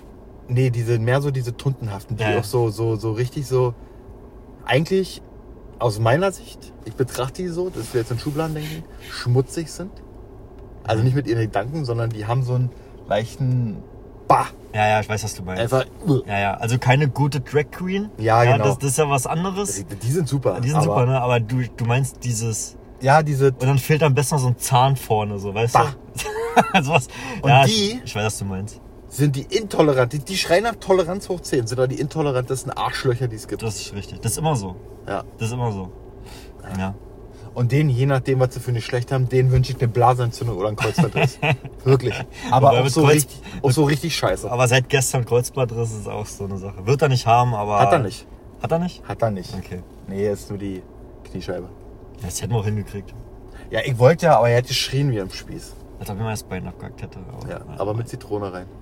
mehr so diese Tuntenhaften, die auch so richtig so, eigentlich aus meiner Sicht, ich betrachte die so, dass wir jetzt in Schubladen denken, schmutzig sind. Also nicht mit ihren Gedanken, sondern die haben so einen leichten Ja, ich weiß, was du meinst. Einfach. Ja, also keine gute Drag Queen. Ja, genau. Das ist ja was anderes. Die sind super. Super, ne? Aber du meinst dieses... Ja, diese... Und dann fehlt am besten noch so ein Zahn vorne, so, weißt du? Also was, und ja, die... Ich weiß, was du meinst. Sind die intolerant. Die schreien nach Toleranz hoch 10. Sind doch die intolerantesten Arschlöcher, die es gibt. Das ist richtig. Das ist immer so. Ja. Das ist immer so. Ja. Und denen, je nachdem, was sie für eine Schlecht haben, denen wünsche ich eine Blasenentzündung oder einen Kreuzbandriss. Wirklich. Aber auch so richtig scheiße. Aber seit gestern Kreuzbandriss ist auch so eine Sache. Wird er nicht haben, aber... Hat er nicht. Hat er nicht? Hat er nicht. Okay. Nee, ist nur die Kniescheibe. Ja, das hätten wir auch hingekriegt. Ja, ich wollte ja, aber er hätte geschrien wie am Spieß. Als ob ich mal das Bein abgehackt hätte. Aber mit Zitrone rein.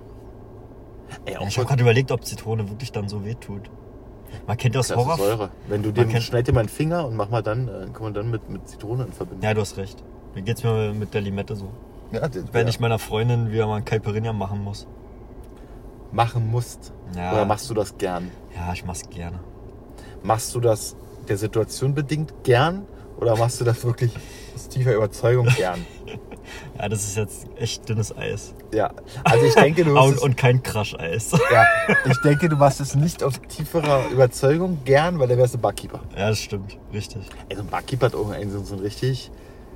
Ey, ich habe gerade überlegt, ob Zitrone wirklich dann so wehtut. Man kennt das Horror. Säure. Wenn du schneid dir mal einen Finger und mach mal dann, kann man dann mit Zitrone in Verbindung. Ja, du hast recht. Wie geht's mir mit der Limette so? Ja, wenn ich meiner Freundin wieder mal ein Caipirinha machen muss. Machen musst? Ja. Oder machst du das gern? Ja, ich mach's gerne. Machst du das der Situation bedingt gern? Oder machst du das wirklich aus tiefer Überzeugung gern? Ja, das ist jetzt echt dünnes Eis. Ja, also ich denke, du und kein Crush-Eis. Ja, ich denke, du machst es nicht aus tieferer Überzeugung gern, weil dann wärst du Barkeeper. Ja, das stimmt, richtig. Also ein Barkeeper hat irgendeinen so einen richtig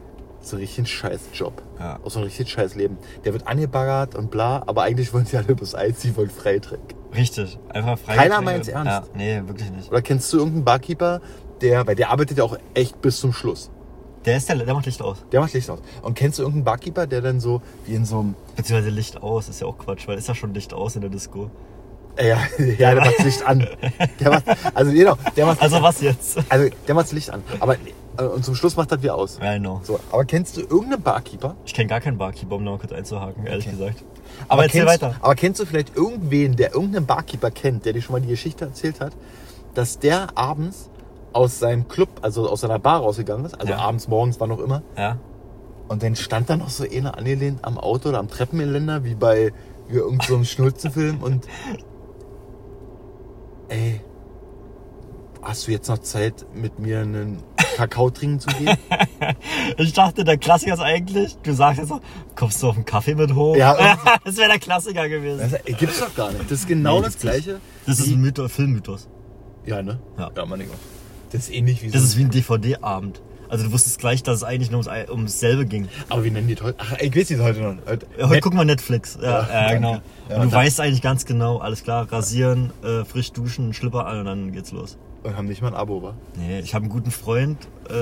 scheiß Job. Ja. Auch so ein richtig scheiß Leben. Der wird angebaggert und bla, aber eigentlich wollen sie alle bloß Eis, sie wollen Freitränk. Richtig, einfach Freitränk. Keiner meint's ernst. Ja, nee, wirklich nicht. Oder kennst du irgendeinen Barkeeper, weil der arbeitet ja auch echt bis zum Schluss. Der macht Licht aus. Der macht Licht aus. Und kennst du irgendeinen Barkeeper, der dann so wie in so einem... Beziehungsweise Licht aus, ist ja auch Quatsch, weil ist ja schon Licht aus in der Disco. Ja, der macht Licht an. Der macht also was jetzt? Also der macht Licht an. Aber und zum Schluss macht das wieder aus. Ja, genau. So, aber kennst du irgendeinen Barkeeper? Ich kenne gar keinen Barkeeper, um da mal kurz einzuhaken, ehrlich gesagt. Aber erzähl weiter. Aber kennst du vielleicht irgendwen, der irgendeinen Barkeeper kennt, der dir schon mal die Geschichte erzählt hat, dass der abends aus seinem Club, also aus seiner Bar rausgegangen ist, also abends, morgens, wann auch immer. Ja. Und dann stand da noch so einer angelehnt am Auto oder am Treppengeländer, wie irgend so einem Schnulzenfilm und ey, hast du jetzt noch Zeit, mit mir einen Kakao trinken zu gehen? Ich dachte, der Klassiker ist eigentlich, du sagst jetzt so, kommst du auf einen Kaffee mit hoch? Ja, das wäre der Klassiker gewesen. Das gibt's doch gar nicht. Das ist genau das Gleiche. Das ist ein Filmmythos. Ja, ne? Ja, mein Gott. Das ist ähnlich wie so. Das ist wie ein DVD-Abend. Also du wusstest gleich, dass es eigentlich nur ums selbe ging. Aber wie nennen die das heute? Ach, ich weiß nicht heute noch. Heute gucken wir Netflix. Ja, genau. Ja, und du weißt eigentlich ganz genau, alles klar, rasieren, frisch duschen, Schlipper an und dann geht's los. Und haben nicht mal ein Abo, wa? Nee, ich habe einen guten Freund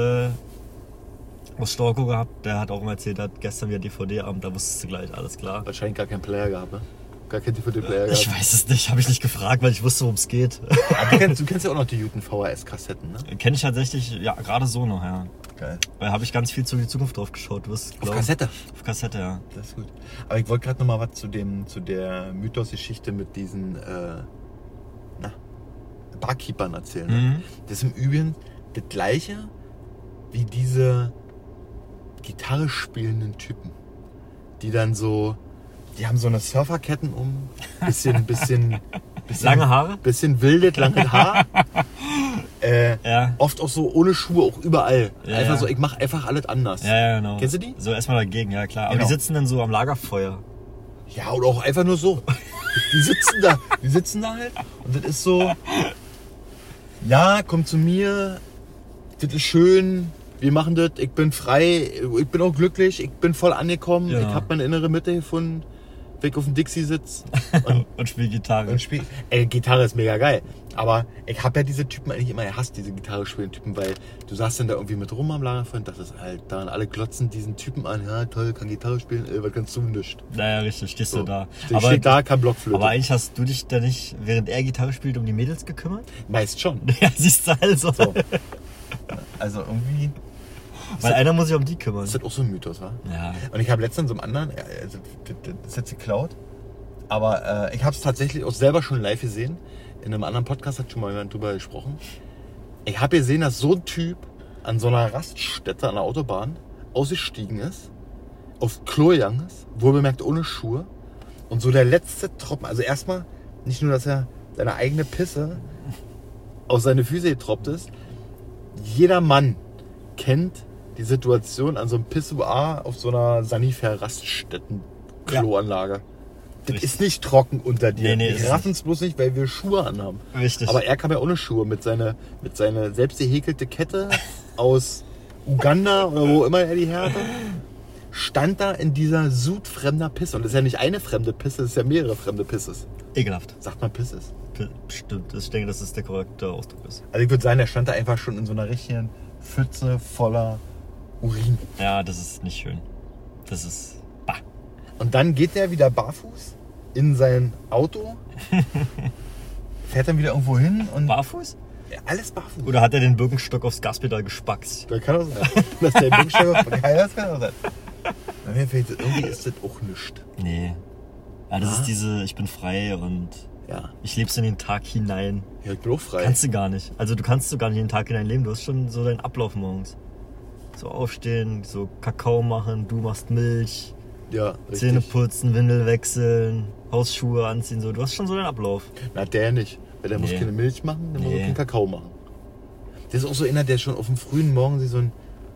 aus Storkow gehabt, der hat auch immer erzählt, hat gestern wieder DVD-Abend, da wusstest du gleich, alles klar. Wahrscheinlich gar keinen Player gehabt, ne? Gar keinen DVD-Player gehabt. Ich weiß es nicht, habe ich nicht gefragt, weil ich wusste, worum es geht. Aber du kennst ja auch noch die guten VHS-Kassetten, ne? Kenne ich tatsächlich, ja, gerade so noch, ja. Geil. Weil habe ich ganz viel zu die Zukunft drauf geschaut. Auf Kassette? Auf Kassette, ja. Das ist gut. Aber ich wollte gerade noch mal was zu der Mythos-Geschichte mit diesen Barkeepern erzählen. Ne? Das ist im Übrigen das Gleiche wie diese Gitarre spielenden Typen, die dann so... Die haben so eine Surferketten um, bisschen lange Haare? Bisschen wildes, langes Haar. Ja. Oft auch so ohne Schuhe, auch überall. Ja, einfach so, ich mache einfach alles anders. Ja, genau. Kennst du die? So erstmal dagegen, ja klar. Aber Genau. die sitzen dann so am Lagerfeuer. Ja, oder auch einfach nur so. Die sitzen da halt und das ist so, ja, komm zu mir, das ist schön, wir machen das, ich bin frei, ich bin auch glücklich, ich bin voll angekommen, Genau. Ich habe meine innere Mitte gefunden, weg auf dem Dixie sitz und spiel Gitarre. Gitarre ist mega geil, aber ich habe ja diese Typen eigentlich immer gehasst, diese Gitarre spielenden Typen, weil du sagst dann da irgendwie mit rum am Lagerfeuer und das ist halt da und alle glotzen diesen Typen an, ja toll, kann Gitarre spielen, was kannst du nicht? Naja, richtig, stehst du da. Steht da, kein Blockflöte. Aber eigentlich hast du dich da nicht, während er Gitarre spielt, um die Mädels gekümmert? Meist schon. Ja, siehst du also. So. Also irgendwie... Weil einer muss sich um die kümmern. Das ist auch so ein Mythos, wa? Ja. Und ich habe letztens so einen anderen, also das ist jetzt geklaut, aber ich habe es tatsächlich auch selber schon live gesehen. In einem anderen Podcast hat schon mal jemand drüber gesprochen. Ich habe gesehen, dass so ein Typ an so einer Raststätte an der Autobahn ausgestiegen ist, aufs Klo gegangen ist, wohlbemerkt ohne Schuhe. Und so der letzte Tropfen, also erstmal nicht nur, dass er seine eigene Pisse aus seine Füße getropft ist. Jeder Mann kennt die Situation an so einem Pissoir auf so einer Sanifair-Raststätten-Kloanlage. Ja. Das Richtig. ist nicht trocken unter dir. Nee, wir raffen es bloß nicht, weil wir Schuhe anhaben. Richtig. Aber er kam ja ohne Schuhe mit seiner selbst gehäkelte Kette aus Uganda oder wo immer er die her hatte. Stand da in dieser Sud fremder Pisse. Und das ist ja nicht eine fremde Pisse, das ist ja mehrere fremde Pisses. Ekelhaft. Sagt man Pisses? Bestimmt. Ich denke, dass das der korrekte Ausdruck ist. Also ich würde sagen, der stand da einfach schon in so einer richtigen Pfütze voller Urin. Ja, das ist nicht schön. Das ist... Bah. Und dann geht der wieder barfuß in sein Auto, fährt dann wieder irgendwo hin und... Barfuß? Ja, alles barfuß. Oder hat er den Birkenstock aufs Gaspedal gespackst? Das kann auch sein. Dass der Birkenstock... Das kann auch sein. Irgendwie ist das auch nichts. Nee. Ja, das ist diese, ich bin frei und Ja. ich lebe so in den Tag hinein. Ja, ich bin auch frei. Kannst du gar nicht. Also du kannst so gar nicht in den Tag hinein leben. Du hast schon so deinen Ablauf morgens. So aufstehen, so Kakao machen, du machst Milch, Ja, richtig. Zähne putzen, Windel wechseln, Hausschuhe anziehen. So. Du hast schon so deinen Ablauf. Na, der nicht. Weil der muss Nee. keine Milch machen, der muss auch Nee. keinen Kakao machen. Der ist auch so einer, der schon auf dem frühen Morgen sich so ein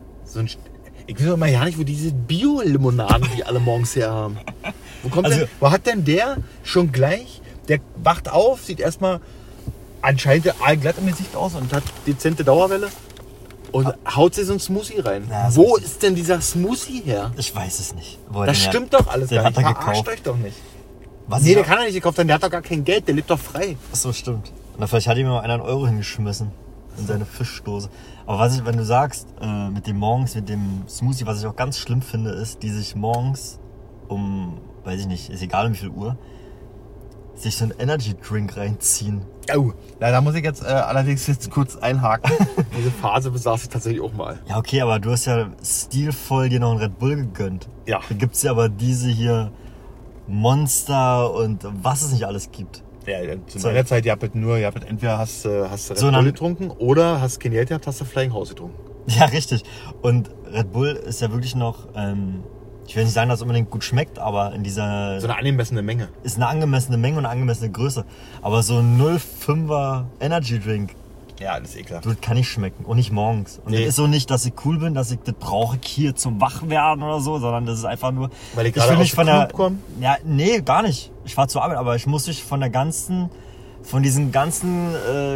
ich weiß doch mal ja nicht, wo diese Bio-Limonaden, die alle morgens her haben. Wo hat denn der schon gleich, der wacht auf, sieht erstmal anscheinend glatt im Gesicht aus und hat dezente Dauerwelle und haut sich so ein Smoothie rein. Ja, so Wo richtig. ist denn dieser Smoothie her? Ich weiß es nicht. Wo er Das den stimmt doch alles den gar hat nicht. er Verarscht gekauft. euch doch nicht. Was Nee, ich- der kann er nicht gekauft haben, der hat doch gar kein Geld, der lebt doch frei. Achso, stimmt. Na, vielleicht hat ihm mal einer einen Euro hingeschmissen in seine Fischdose. Aber wenn du sagst, mit dem morgens, mit dem Smoothie, was ich auch ganz schlimm finde, ist, die sich morgens weiß ich nicht, ist egal um wie viel Uhr, sich so einen Energy Drink reinziehen. Oh, na, da muss ich jetzt allerdings kurz einhaken. Diese Phase besaß ich tatsächlich auch mal. Ja, okay, aber du hast ja stilvoll dir noch einen Red Bull gegönnt. Ja. Da gibt's ja aber diese hier Monster und was es nicht alles gibt. Ja, zu meiner Zeit, ihr habt entweder hast du Red So, Bull dann- getrunken oder hast kein Geld gehabt, hast du Flying House getrunken. Ja, richtig. Und Red Bull ist ja wirklich noch, ich will nicht sagen, dass es unbedingt gut schmeckt, aber in dieser So eine angemessene Menge. ist eine angemessene Menge und eine angemessene Größe. Aber so ein 0,5er Energy Drink, Ja, das ist ekelhaft. das kann nicht schmecken. Und nicht morgens. Und Nee. das ist so nicht, dass ich cool bin, dass ich das brauche hier zum Wachwerden oder so, sondern das ist einfach nur... Weil ich will gerade mich aus von dem der Club komme? Ja, nee, gar nicht. Ich fahre zur Arbeit, aber ich muss mich von diesen ganzen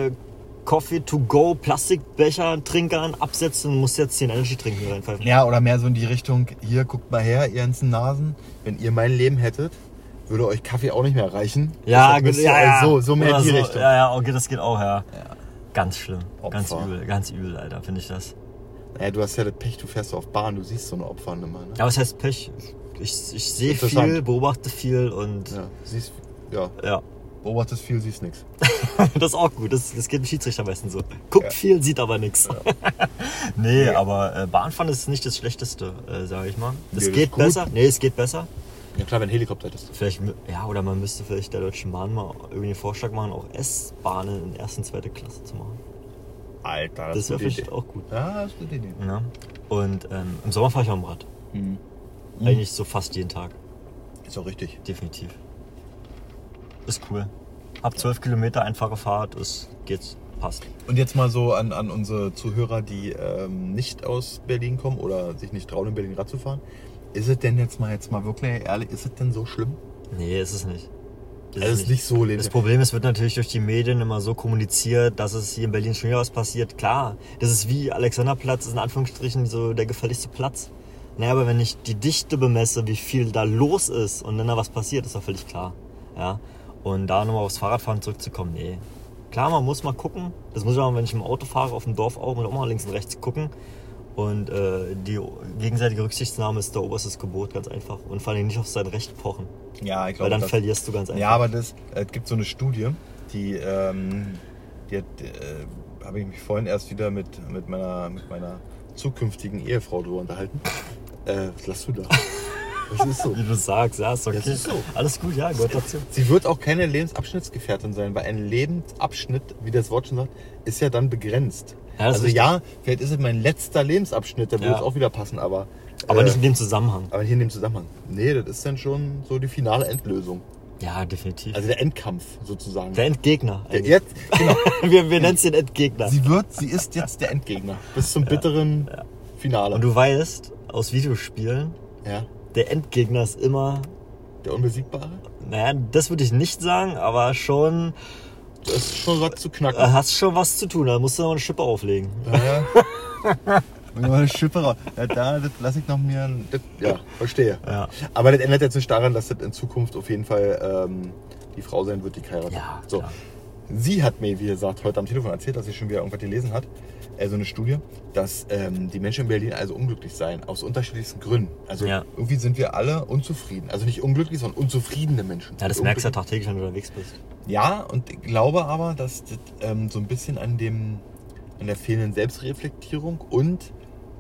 Coffee-to-go-Plastikbecher-Trinkern absetzen und muss jetzt den Energy-Trinken hier reinpfeifen. Ja, oder mehr so in die Richtung, hier, guckt mal her, ihr ganzen Nasen. Wenn ihr mein Leben hättet, würde euch Kaffee auch nicht mehr reichen. Ja, Deshalb müsst ihr ja. so mehr in Oder die so. Richtung. Ja, ja, okay, das geht auch, ja. Ganz schlimm. Opfer. Ganz übel, Alter, finde ich das. Ja, du hast ja das Pech, du fährst auf Bahn, du siehst so eine Opfer immer. Ne? Ja, was heißt Pech? Ich sehe Interessant. viel, beobachte viel und Ja, beobachtest viel, siehst nichts. das ist auch gut. Das geht dem Schiedsrichter meistens so. Guckt viel, sieht aber nichts. Nee, aber Bahnfahren ist nicht das Schlechteste, sage ich mal. Es Ja, das geht ist gut. besser. Nee, es geht besser. Ja klar, wenn Helikopter hättest. Vielleicht, ja, oder man müsste vielleicht der Deutschen Bahn mal irgendwie einen Vorschlag machen, auch S-Bahnen in 1. und 2. Klasse zu machen. Alter, Das wäre eine vielleicht auch gut. Ja, das ist eine gute Idee. Ja. Und im Sommer fahre ich auch am Rad. Eigentlich so fast jeden Tag. Ist auch richtig. Definitiv. Ist cool. Ab 12 Kilometer einfache Fahrt, geht's, passt. Und jetzt mal so an unsere Zuhörer, die nicht aus Berlin kommen oder sich nicht trauen, in Berlin Rad zu fahren. Ist es denn jetzt mal wirklich ehrlich, ist es denn so schlimm? Nee, ist es nicht. Es ist nicht so Das Problem ist, wird natürlich durch die Medien immer so kommuniziert, dass es hier in Berlin schon wieder was passiert. Klar, das ist wie Alexanderplatz, ist in Anführungsstrichen so der gefährlichste Platz. Naja, aber wenn ich die Dichte bemesse, wie viel da los ist und dann da was passiert, ist doch völlig klar. Ja? Und da nochmal aufs Fahrradfahren zurückzukommen, nee. Klar, man muss mal gucken. Das muss ich auch, wenn ich im Auto fahre, auf dem Dorf auch mal links und rechts gucken. Und die gegenseitige Rücksichtnahme ist der oberstes Gebot, ganz einfach. Und vor allem nicht auf sein Recht pochen. Ja, ich Weil glaube, dann verlierst du ganz einfach. Ja, aber es gibt so eine Studie, die habe ich mich vorhin erst wieder mit meiner zukünftigen Ehefrau drüber unterhalten. Was lachst du da? Das ist so. Wie du sagst, ja, ist okay. Das ist so. Alles gut, ja, gehört dazu. Sie wird auch keine Lebensabschnittsgefährtin sein, weil ein Lebensabschnitt, wie das Wort schon sagt, ist ja dann begrenzt. Ja, das also ist ja, vielleicht ist es mein letzter Lebensabschnitt, der würde Ja. es auch wieder passen, aber nicht in dem Zusammenhang. aber hier in dem Zusammenhang. Nee, das ist dann schon so die finale Endlösung. Ja, definitiv. Also der Endkampf sozusagen. Der Endgegner. Der jetzt, genau. wir nennen es den Endgegner. Sie ist jetzt der Endgegner. Bis zum bitteren Finale. Und du weißt, aus Videospielen, ja, der Endgegner ist immer, der Unbesiegbare? naja, das würde ich nicht sagen, aber schon, Das ist schon was zu knacken. hast schon was zu tun, da musst du noch eine Schippe auflegen. Ja. Eine Schippe raus. Ja, das lasse ich noch mir. Ja, verstehe. Ja. Aber das ändert jetzt nicht daran, dass das in Zukunft auf jeden Fall die Frau sein wird, die geheiratet Ja, hat. So. klar. Sie hat mir, wie gesagt, heute am Telefon erzählt, dass sie schon wieder irgendwas gelesen hat. So eine Studie, dass die Menschen in Berlin also unglücklich seien, aus unterschiedlichsten Gründen. Also Ja. irgendwie sind wir alle unzufrieden. Also nicht unglücklich, sondern unzufriedene Menschen. Ja, das merkst du ja tagtäglich, wenn du unterwegs bist. Ja, und ich glaube aber, dass das so ein bisschen an der fehlenden Selbstreflektierung und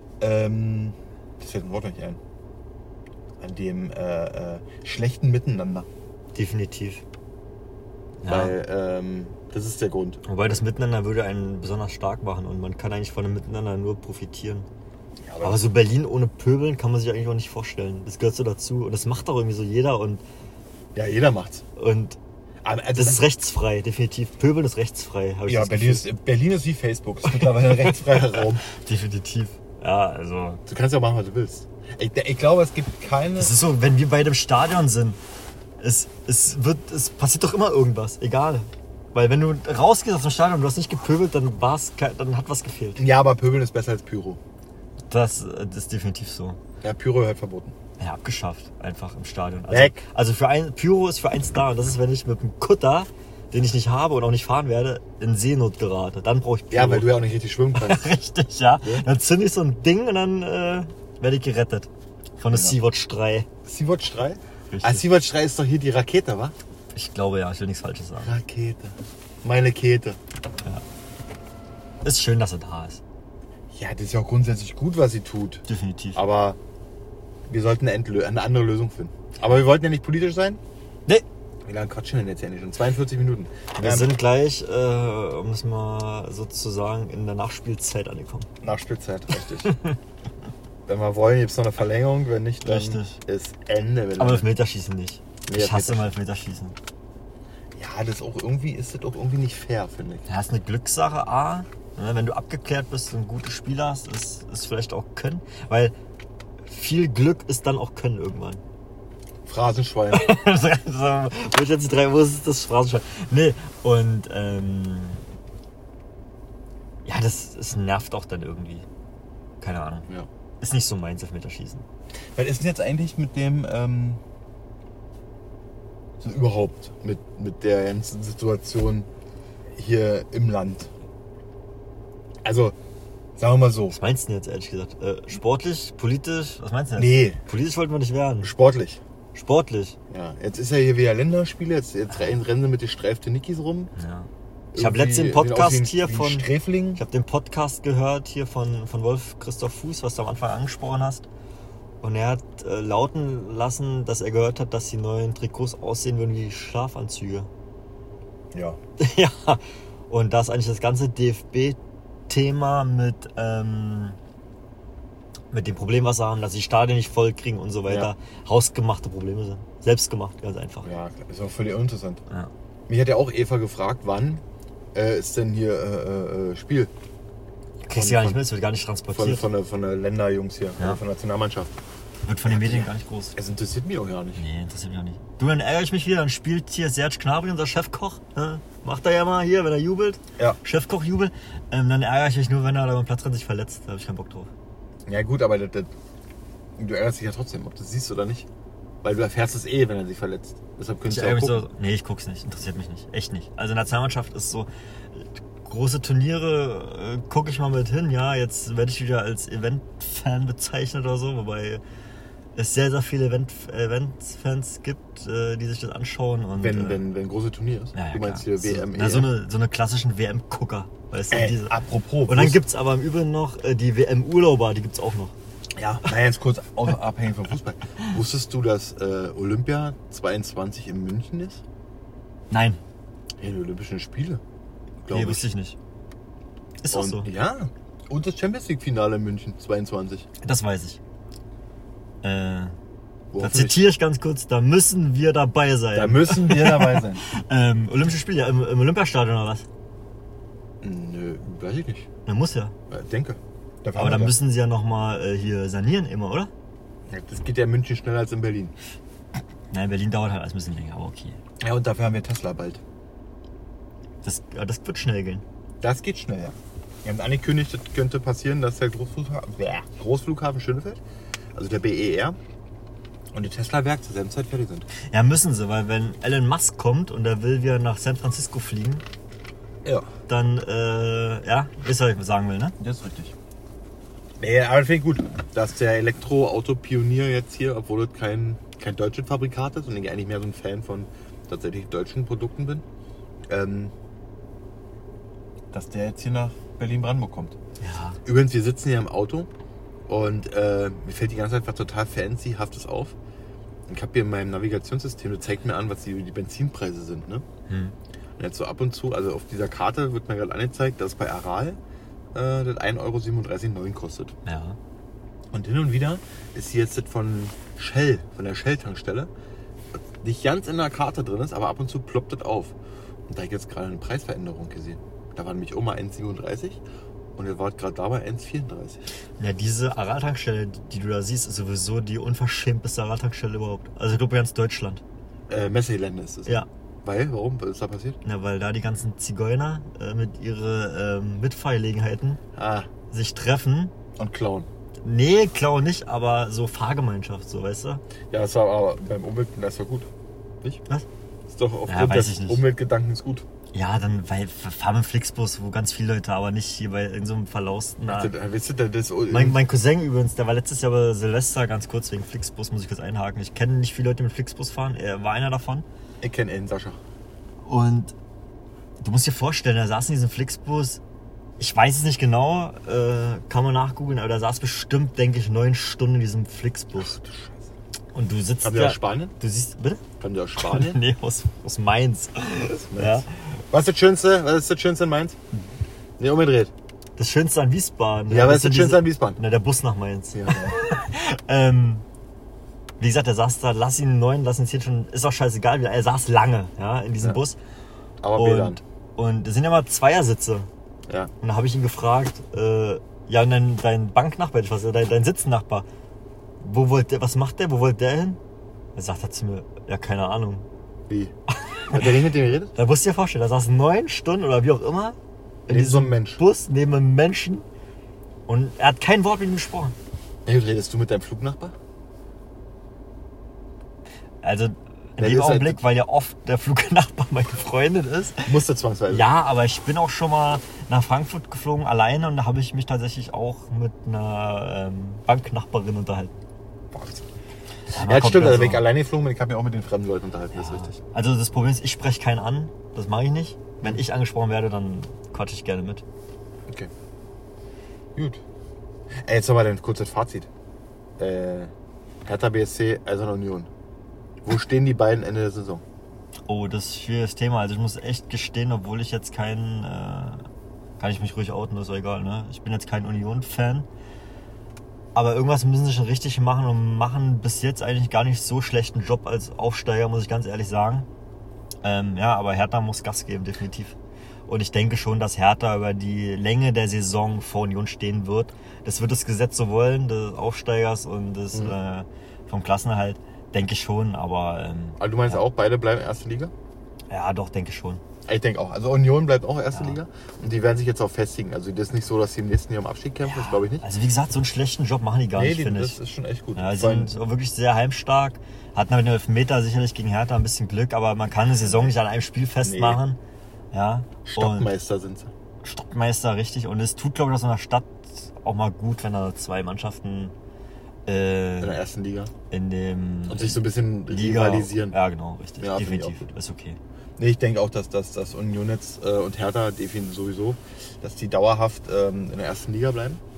das fällt mir Wort nicht ein. An dem schlechten Miteinander. Definitiv. Ja. Weil das ist der Grund. Wobei das Miteinander würde einen besonders stark machen und man kann eigentlich von dem Miteinander nur profitieren. Ja, Aber so Berlin ohne Pöbeln kann man sich eigentlich auch nicht vorstellen. Das gehört so dazu und das macht doch irgendwie so jeder und ja, jeder macht's. das Also, ist rechtsfrei, definitiv. Pöbeln ist rechtsfrei, habe ich ja, das Berlin Gefühl. Berlin ist wie Facebook. Ist mittlerweile ein rechtsfreier Raum. Definitiv. Ja, also. Du kannst ja machen, was du willst. Ich glaube, es gibt keine... Es ist so, wenn wir beide im Stadion sind, es passiert doch immer irgendwas, egal. Weil wenn du rausgehst aus dem Stadion und du hast nicht gepöbelt, dann hat was gefehlt. Ja, aber Pöbeln ist besser als Pyro. Das ist definitiv so. Ja, Pyro halt verboten. Ja, abgeschafft, einfach im Stadion. Weg. Also Pyro ist für eins da und das ist, wenn ich mit einem Kutter, den ich nicht habe und auch nicht fahren werde, in Seenot gerate. Dann brauche ich Pyro. Ja, weil du ja auch nicht richtig schwimmen kannst. Richtig, ja. Dann zünde ich so ein Ding und dann werde ich gerettet. Von der Sea-Watch 3. Sea-Watch 3? Richtig. Sea-Watch 3 ist doch hier die Rakete, wa? Ich glaube ja, ich will nichts Falsches sagen. Rakete. Meine Kete. Ist schön, dass er da ist. Ja, das ist ja auch grundsätzlich gut, was sie tut. Definitiv. Aber wir sollten eine andere Lösung finden. Aber wir wollten ja nicht politisch sein. Nee. Wie lange quatschen wir denn jetzt ja nicht? Schon 42 Minuten. Wir sind gleich, um es mal sozusagen, in der Nachspielzeit angekommen. Nachspielzeit, richtig. Wenn wir wollen, gibt es noch eine Verlängerung. Wenn nicht, dann Richtig. ist Ende. Aber Elfmeterschießen nicht. Nee, Ich hasse mal Elfmeterschießen. Ja, das ist auch irgendwie nicht fair, finde ich. Ja, ist eine Glückssache, A. Ne, wenn du abgeklärt bist und ein gutes Spiel hast, ist vielleicht auch Können. Weil viel Glück ist dann auch Können irgendwann. Phrasenschwein. Wo ich jetzt wo ist das Phrasenschwein? Nee, und ja, das nervt auch dann irgendwie. Keine Ahnung. Ja. Ist nicht so meins, Elfmeterschießen. Was ist denn jetzt eigentlich mit dem, so überhaupt, mit der ganzen Situation hier im Land? Also, sagen wir mal so, Was meinst du denn jetzt, ehrlich gesagt? Sportlich? Politisch? Was meinst du denn? Nee. Politisch wollten wir nicht werden. sportlich. Sportlich? Ja, jetzt ist ja hier wieder Länderspiele, jetzt rennen sie mit den streiften Nickis rum. Ja. Ich habe letztens den Podcast hier von... Sträfling. Ich habe den Podcast gehört hier von Wolf Christoph Fuß, was du am Anfang angesprochen hast. Und er hat lauten lassen, dass er gehört hat, dass die neuen Trikots aussehen würden wie Schlafanzüge. Ja. Ja. Und dass eigentlich das ganze DFB-Thema mit dem Problem, was sie haben, dass sie die Stadien nicht voll kriegen und so weiter, hausgemachte Probleme sind. Selbstgemacht, ganz einfach. Ja, ist auch völlig uninteressant. Ja. Mich hat ja auch Eva gefragt, wann ist denn hier Spiel? Kriegst du gar nicht mit, es wird gar nicht transportiert. Von der Länderjungs hier, Ja. von der Nationalmannschaft. Wird von den Medien gar nicht groß. Es interessiert mich auch gar nicht. Nee, interessiert mich auch nicht. Du, dann ärgere ich mich wieder, dann spielt hier Serge Gnabry, unser Chefkoch. Ne? Macht er ja mal hier, wenn er jubelt. Ja. Chefkoch-Jubel. Dann ärgere ich mich nur, wenn er da beim Platzrand sich verletzt. Da habe ich keinen Bock drauf. Ja gut, aber du ärgerst dich ja trotzdem, ob du es siehst oder nicht. Weil du erfährst es wenn er sich verletzt. Deshalb könntest Ich du auch ärgere mich gucken. so, nee, ich guck's nicht. Interessiert mich nicht. Echt nicht. Also Nationalmannschaft ist so... Große Turniere gucke ich mal mit hin. Ja, jetzt werde ich wieder als Event-Fan bezeichnet oder so. Wobei es sehr, sehr viele Event-Fans gibt, die sich das anschauen. Und, Wenn große Turnier ist. Ja, ja, du meinst klar. hier WM, Na, so eine klassischen WM-Gucker. Weißt du, diese. apropos. Und dann gibt's aber im Übrigen noch die WM-Urlauber, die gibt's auch noch. Ja, naja, jetzt kurz abhängig vom Fußball. Wusstest du, dass Olympia 22 in München ist? Nein. Ja, die Olympischen Spiele. Nee, wusste ich nicht. Ist das so? Ja. Und das Champions League-Finale in München 22. Das weiß ich. Da zitiere ich ganz kurz, da müssen wir dabei sein. Da müssen wir dabei sein. Olympische Spiele, im Olympiastadion oder was? Nö, weiß ich nicht. Na, muss ja. Denke. Aber dann müssen sie ja nochmal hier sanieren immer, oder? Ja, das geht ja in München schneller als in Berlin. Nein, in Berlin dauert halt alles ein bisschen länger, aber okay. Ja, und dafür haben wir Tesla bald. Das wird schnell gehen. Das geht schnell, ja. Wir haben angekündigt, das könnte passieren, dass der Großflughafen Schönefeld, also der BER, und die Tesla-Werke zur selben Zeit fertig sind. Ja, müssen sie, weil wenn Elon Musk kommt und er will wieder nach San Francisco fliegen, ja, dann, wisst ihr, was ich sagen will, ne? Das ist richtig. Nee, aber finde ich gut, dass der Elektroauto-Pionier jetzt hier, obwohl es kein deutsches Fabrikat ist und ich eigentlich mehr so ein Fan von tatsächlich deutschen Produkten bin, dass der jetzt hier nach Berlin-Brandenburg kommt. Ja. Übrigens, wir sitzen hier im Auto und mir fällt die ganze Zeit was total fancyhaftes auf. Ich habe hier in meinem Navigationssystem, das zeigt mir an, was die Benzinpreise sind. Ne? Und jetzt so ab und zu, also auf dieser Karte wird mir gerade angezeigt, dass bei Aral das 1,37,9 € kostet. Ja. Und hin und wieder ist hier jetzt das von Shell, von der Shell-Tankstelle, was nicht ganz in der Karte drin ist, aber ab und zu ploppt das auf. Und da habe ich jetzt gerade eine Preisveränderung gesehen. Da war nämlich mal 1,37 und ihr wart gerade dabei 1,34. Ja, diese Aral-Tankstelle, die du da siehst, ist sowieso die unverschämteste Aral-Tankstelle überhaupt. Also ich glaube ganz Deutschland. Messegelände ist es. Ja. Weil? Warum? Was ist da passiert? Na, weil da die ganzen Zigeuner mit ihren Mitfahrgelegenheiten sich treffen. Und klauen. Nee, klauen nicht, aber so Fahrgemeinschaft, so, weißt du? Ja, das war aber beim das war gut. Nicht? Was? Ist doch aufgrund des Umweltgedankens gut. Ja, dann, weil wir fahren mit Flixbus, wo ganz viele Leute, aber nicht hier bei irgendeinem so verlausten. Mein Cousin übrigens, der war letztes Jahr bei Silvester, ganz kurz wegen Flixbus, muss ich kurz einhaken. Ich kenne nicht viele Leute, die mit Flixbus fahren, er war einer davon. Ich kenne ihn, Sascha. Und du musst dir vorstellen, er saß in diesem Flixbus, ich weiß es nicht genau, kann man nachgoogeln, aber der saß bestimmt, denke ich, 9 Stunden in diesem Flixbus. Ach, du Scheiße. Und du sitzt da. Haben die aus Spanien? Du siehst, bitte? Haben die aus Spanien? Nee, aus Mainz. Ja. Was ist das Schönste in Mainz? Nee, umgedreht. Das Schönste an Wiesbaden. Ja, was ist das Schönste an Wiesbaden? Na, der Bus nach Mainz. Ja. Wie gesagt, er saß da, lass ihn 9, lass ihn 10 schon, ist auch scheißegal, er saß lange, ja, in diesem Bus. Aber WLAN. Und das sind ja mal Zweiersitze. Ja. Und da habe ich ihn gefragt, ja, und dein Banknachbar, dein Sitznachbar, was macht der, wo wollte der hin? Er sagt zu mir, ja, keine Ahnung. Wie? Hat der nicht mit dem geredet? Da musst du dir vorstellen, da saß 9 Stunden oder wie auch immer in diesem Bus neben einem Menschen und er hat kein Wort mit ihm gesprochen. Hey, redest du mit deinem Flugnachbar? Also in dem Augenblick, weil ja oft der Flugnachbar meine Freundin ist. Musste zwangsweise. Ja, aber ich bin auch schon mal nach Frankfurt geflogen alleine und da habe ich mich tatsächlich auch mit einer Banknachbarin unterhalten. Ja, das stimmt, also wenn ich alleine geflogen bin, ich habe mich auch mit den fremden Leuten unterhalten, das ist richtig. Also das Problem ist, ich spreche keinen an, das mache ich nicht. Wenn ich angesprochen werde, dann quatsche ich gerne mit. Okay. Gut. Ey, jetzt nochmal ein kurzes Fazit. Hertha BSC, Eiserne Union. Wo stehen die beiden Ende der Saison? Oh, das ist ein schwieriges Thema. Also ich muss echt gestehen, obwohl ich jetzt kann ich mich ruhig outen, das ist egal, ne? Ich bin jetzt kein Union-Fan. Aber irgendwas müssen sie schon richtig machen und machen bis jetzt eigentlich gar nicht so schlechten Job als Aufsteiger, muss ich ganz ehrlich sagen. Ja, aber Hertha muss Gas geben, definitiv. Und ich denke schon, dass Hertha über die Länge der Saison vor Union stehen wird. Das wird das Gesetz so wollen, des Aufsteigers und des vom Klassenerhalt, denke ich schon. Aber du meinst auch, beide bleiben erste Liga? Ja, doch, denke ich schon. Ich denke auch. Also Union bleibt auch erste Liga und die werden sich jetzt auch festigen. Also das ist nicht so, dass sie im nächsten Jahr um Abstieg kämpfen, das glaube ich nicht. Also wie gesagt, so einen schlechten Job machen die gar nicht, finde ich. Das ist schon echt gut. Ja, sie sind wirklich sehr heimstark. Hatten mit den Elfmeter sicherlich gegen Hertha ein bisschen Glück, aber man kann eine Saison nicht an einem Spiel festmachen. Nee. Ja. Stockmeister sind sie. Stockmeister, richtig. Und es tut, glaube ich, aus so einer Stadt auch mal gut, wenn da 2 Mannschaften in der ersten Liga und sich so ein bisschen rivalisieren. Ja, genau, richtig. Ja, definitiv. Ist okay. Nee, ich denke auch, dass Union jetzt und Hertha definitiv sowieso, dass die dauerhaft in der ersten Liga bleiben. Ja.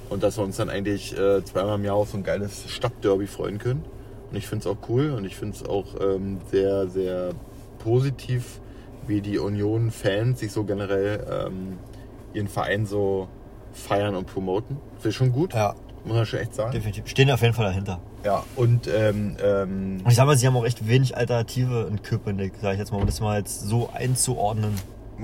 Und dass wir uns dann eigentlich zweimal im Jahr auf so ein geiles Stadtderby freuen können. Und ich finde es auch cool und ich finde es auch sehr, sehr positiv, wie die Union-Fans sich so generell ihren Verein so feiern und promoten. Finde ich schon gut. Ja. Muss man schon echt sagen. Definitiv. Stehen auf jeden Fall dahinter. Ja, und Und ich sag mal, sie haben auch echt wenig Alternative in Köpenick, sag ich jetzt mal, um das mal jetzt so einzuordnen.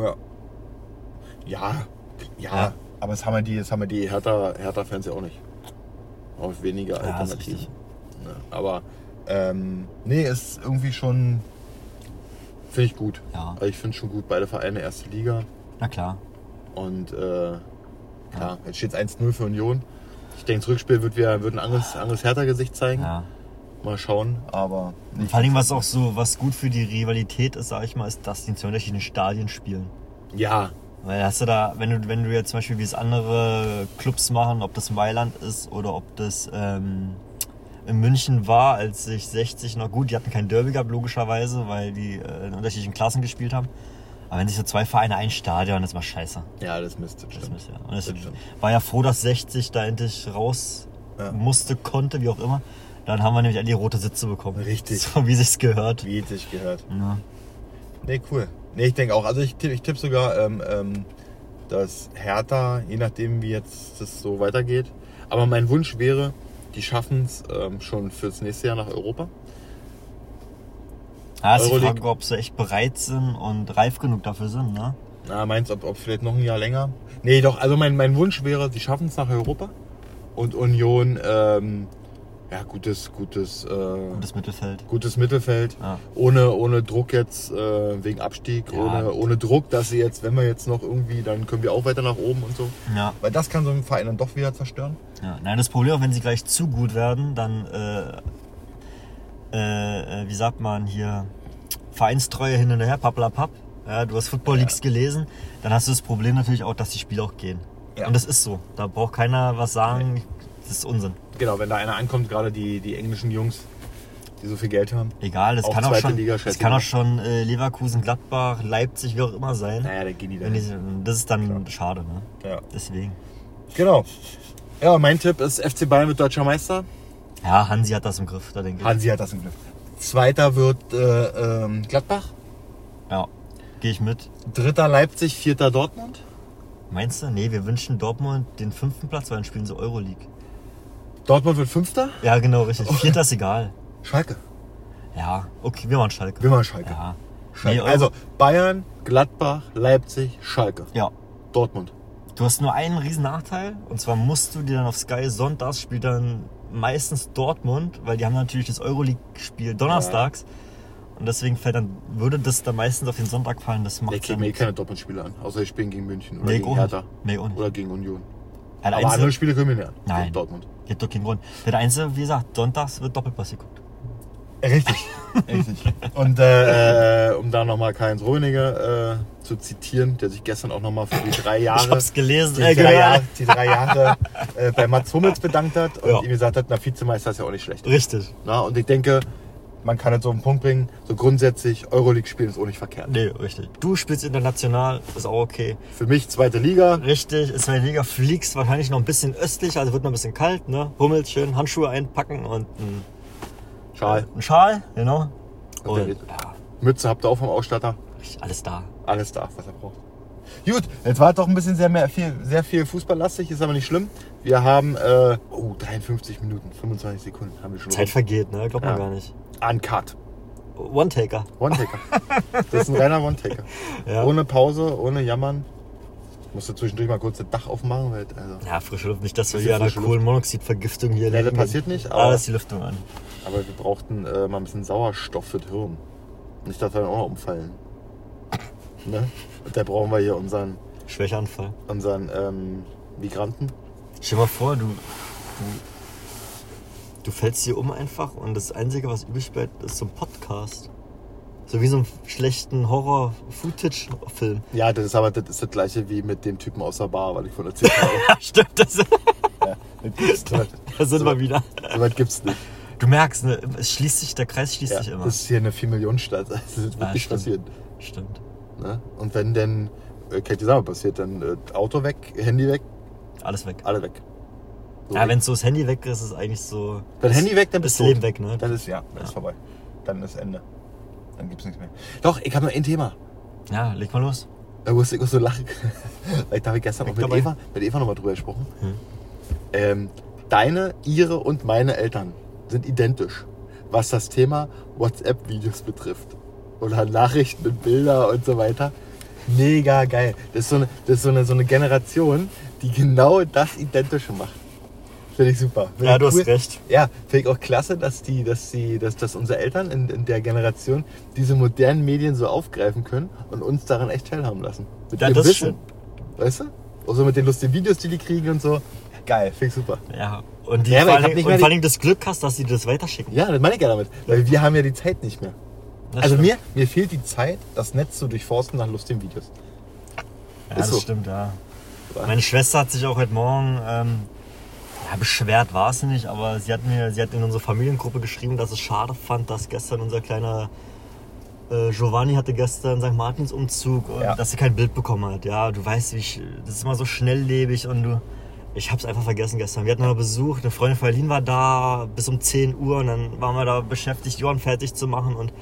Ja. Aber das haben die Hertha-Fans ja auch nicht. Auch weniger Alternativen. Ja, aber nee, ist irgendwie schon, finde ich gut. Ja. Also ich finde schon gut, beide Vereine erste Liga. Na klar. Und klar, jetzt steht es 1-0 für Union. Ich denke, das Rückspiel wird ein anderes Hertha-Gesicht zeigen. Ja. Mal schauen, aber nicht. Vor allem, was gut für die Rivalität ist, sag ich mal, ist, dass die in zwei unterschiedlichen Stadien spielen. Ja. Weil hast du da, wenn du jetzt zum Beispiel, wie es andere Clubs machen, ob das Mailand ist oder ob das in München war, als sich 60 noch gut, die hatten kein Derby gehabt, logischerweise, weil die in unterschiedlichen Klassen gespielt haben. Aber wenn sich so zwei Vereine ein Stadion, das war scheiße. Ja, das Mist. Das Mist, ja. Und es war ja froh, dass 60 da endlich raus konnte, wie auch immer. Dann haben wir nämlich alle die rote Sitze bekommen. Richtig. So wie sich's gehört. Wie es sich gehört. Ja. Nee, cool. Nee, ich denke auch. Also ich tippe sogar, dass Hertha, je nachdem wie jetzt das so weitergeht. Aber mein Wunsch wäre, die schaffen es schon fürs nächste Jahr nach Europa. Ja, ist die Frage, ob sie echt bereit sind und reif genug dafür sind, ne? Na, meinst du, ob vielleicht noch ein Jahr länger? Nee, doch, also mein Wunsch wäre, sie schaffen es nach Europa. Und Union, gutes Mittelfeld. Gutes Mittelfeld. Ja. Ohne Druck jetzt wegen Abstieg. Ja. Ohne Druck, dass sie jetzt, wenn wir jetzt noch irgendwie, dann können wir auch weiter nach oben und so. Ja. Weil das kann so einen Verein dann doch wieder zerstören. Ja. Nein, das Problem ist, wenn sie gleich zu gut werden, dann, wie sagt man hier, Vereinstreue hin und her, pappelapapp. Ja, du hast Football Leagues gelesen. Dann hast du das Problem natürlich auch, dass die Spiele auch gehen. Ja. Und das ist so. Da braucht keiner was sagen. Nee. Das ist Unsinn. Genau, wenn da einer ankommt, gerade die englischen Jungs, die so viel Geld haben. Egal, das kann auch schon Leverkusen, Gladbach, Leipzig, wie auch immer sein. Naja, da gehen die dann. Das ist dann schade, ne? Ja. Deswegen. Genau. Ja, mein Tipp ist, FC Bayern wird deutscher Meister. Ja, Hansi hat das im Griff, da denke ich. Hansi hat das im Griff. Zweiter wird Gladbach. Ja, gehe ich mit. Dritter Leipzig, vierter Dortmund. Meinst du? Nee, wir wünschen Dortmund den 5. Platz, weil dann spielen sie Euroleague. Dortmund wird Fünfter? Ja, genau, richtig. Vierter ist egal. Schalke. Ja, okay, wir machen Schalke. Ja. Schalke. Nee, also Bayern, Gladbach, Leipzig, Schalke. Ja. Dortmund. Du hast nur einen riesen Nachteil, und zwar musst du dir dann auf Sky sonntags spielt dann meistens Dortmund, weil die haben natürlich das Euroleague-Spiel donnerstags. Ja. Und deswegen würde das dann meistens auf den Sonntag fallen. Das macht kriegen mir keine Dortmund-Spiele an, außer ich spiele gegen München oder gegen Hertha oder gegen Union. Aber andere Spiele können wir nicht an. Nein, Dortmund. Gibt doch keinen Grund. Der Einzige, wie gesagt, sonntags wird Doppelpass geguckt. Richtig. Und um da nochmal Karl-Heinz Rummenigge zu zitieren, der sich gestern auch nochmal für die 3 Jahre... Ich hab's gelesen. Die 3 Jahre bei Mats Hummels bedankt hat und ihm gesagt hat, na, Vizemeister ist ja auch nicht schlecht. Richtig. Na, und ich denke, man kann jetzt so einen Punkt bringen, so grundsätzlich, Euroleague spielen ist auch nicht verkehrt. Nee, richtig. Du spielst international, ist auch okay. Für mich zweite Liga. Richtig, ist zweite Liga, fliegst wahrscheinlich noch ein bisschen östlich, also wird noch ein bisschen kalt, ne? Hummels, schön Handschuhe einpacken und ein Schal, genau. Und Mütze habt ihr auch vom Ausstatter. Alles da. Alles da, was er braucht. Gut, jetzt war doch ein bisschen sehr viel fußballlastig, ist aber nicht schlimm. Wir haben 53 Minuten, 25 Sekunden haben wir schon. Zeit vergeht, ne? Glaubt man gar nicht. Uncut. One-Taker. Das ist ein reiner One-Taker. Ja. Ohne Pause, ohne Jammern. Ich musste zwischendurch mal kurz das Dach aufmachen. Ja, frische Luft. Nicht, dass wir hier an der Kohlenmonoxidvergiftung hier liegen. Das passiert nicht. Aber ist die Lüftung an. Aber wir brauchten mal ein bisschen Sauerstoff für das Hirn. Nicht, dass wir dann auch noch umfallen. Ne? Und da brauchen wir hier unseren... Schwächeanfall. Unseren Migranten. Stell dir mal vor, du fällst hier um einfach und das Einzige, was übrig bleibt, ist so ein Podcast. So wie so einen schlechten Horror-Footage-Film. Ja, das ist das gleiche wie mit dem Typen aus der Bar, weil ich von erzählt habe. Stimmt, das da sind wir wieder. So weit gibt's nicht. Du merkst, ne, der Kreis schließt sich immer. Das ist hier eine 4-Millionen-Stadt. Das wird wirklich passieren. Stimmt. Ne? Und wenn denn, kann ich dir sagen, passiert, dann Auto weg, Handy weg. Alles weg. Alle weg. So, Ja, wenn so das Handy weg ist, ist eigentlich so... Dein Handy weg, dann ist bist das du Leben weg, ne? Dann ist, dann ist vorbei. Dann ist Ende. Dann gibt's nichts mehr. Doch, ich habe noch ein Thema. Ja, leg mal los. Da musste ich auch so lachen. Weil da habe ich gestern auch mit Eva nochmal drüber gesprochen. Ihre und meine Eltern sind identisch, was das Thema WhatsApp-Videos betrifft. Oder Nachrichten mit Bilder und so weiter. Mega geil. Das ist so eine Generation, die genau das Identische macht. Finde ich super. Ja, du hast recht. Ja, finde ich auch klasse, dass unsere Eltern in der Generation diese modernen Medien so aufgreifen können und uns daran echt teilhaben lassen. Mit Ja, ihrem das ist Wissen. schön. Weißt du? Auch so mit den lustigen Videos, die kriegen und so. Geil, finde ich super. Ja, und Ja, aber ich hab vor allem das Glück hast, dass sie das weiterschicken. Ja, das meine ich ja damit. Weil wir haben ja die Zeit nicht mehr. Das Also stimmt. mir fehlt die Zeit, das Netz zu durchforsten nach lustigen Videos. Ja, Ist das so. stimmt, ja. Ja. Meine Schwester hat sich auch heute Morgen, beschwert war es nicht, aber sie hat in unsere Familiengruppe geschrieben, dass es schade fand, dass gestern unser kleiner Giovanni hatte gestern St. Martins Umzug und dass sie kein Bild bekommen hat. Ja, du weißt, das ist immer so schnelllebig und ich hab's einfach vergessen gestern. Wir hatten noch Besuch, eine Freundin von Berlin war da bis um 10 Uhr und dann waren wir da beschäftigt, Johann fertig zu machen und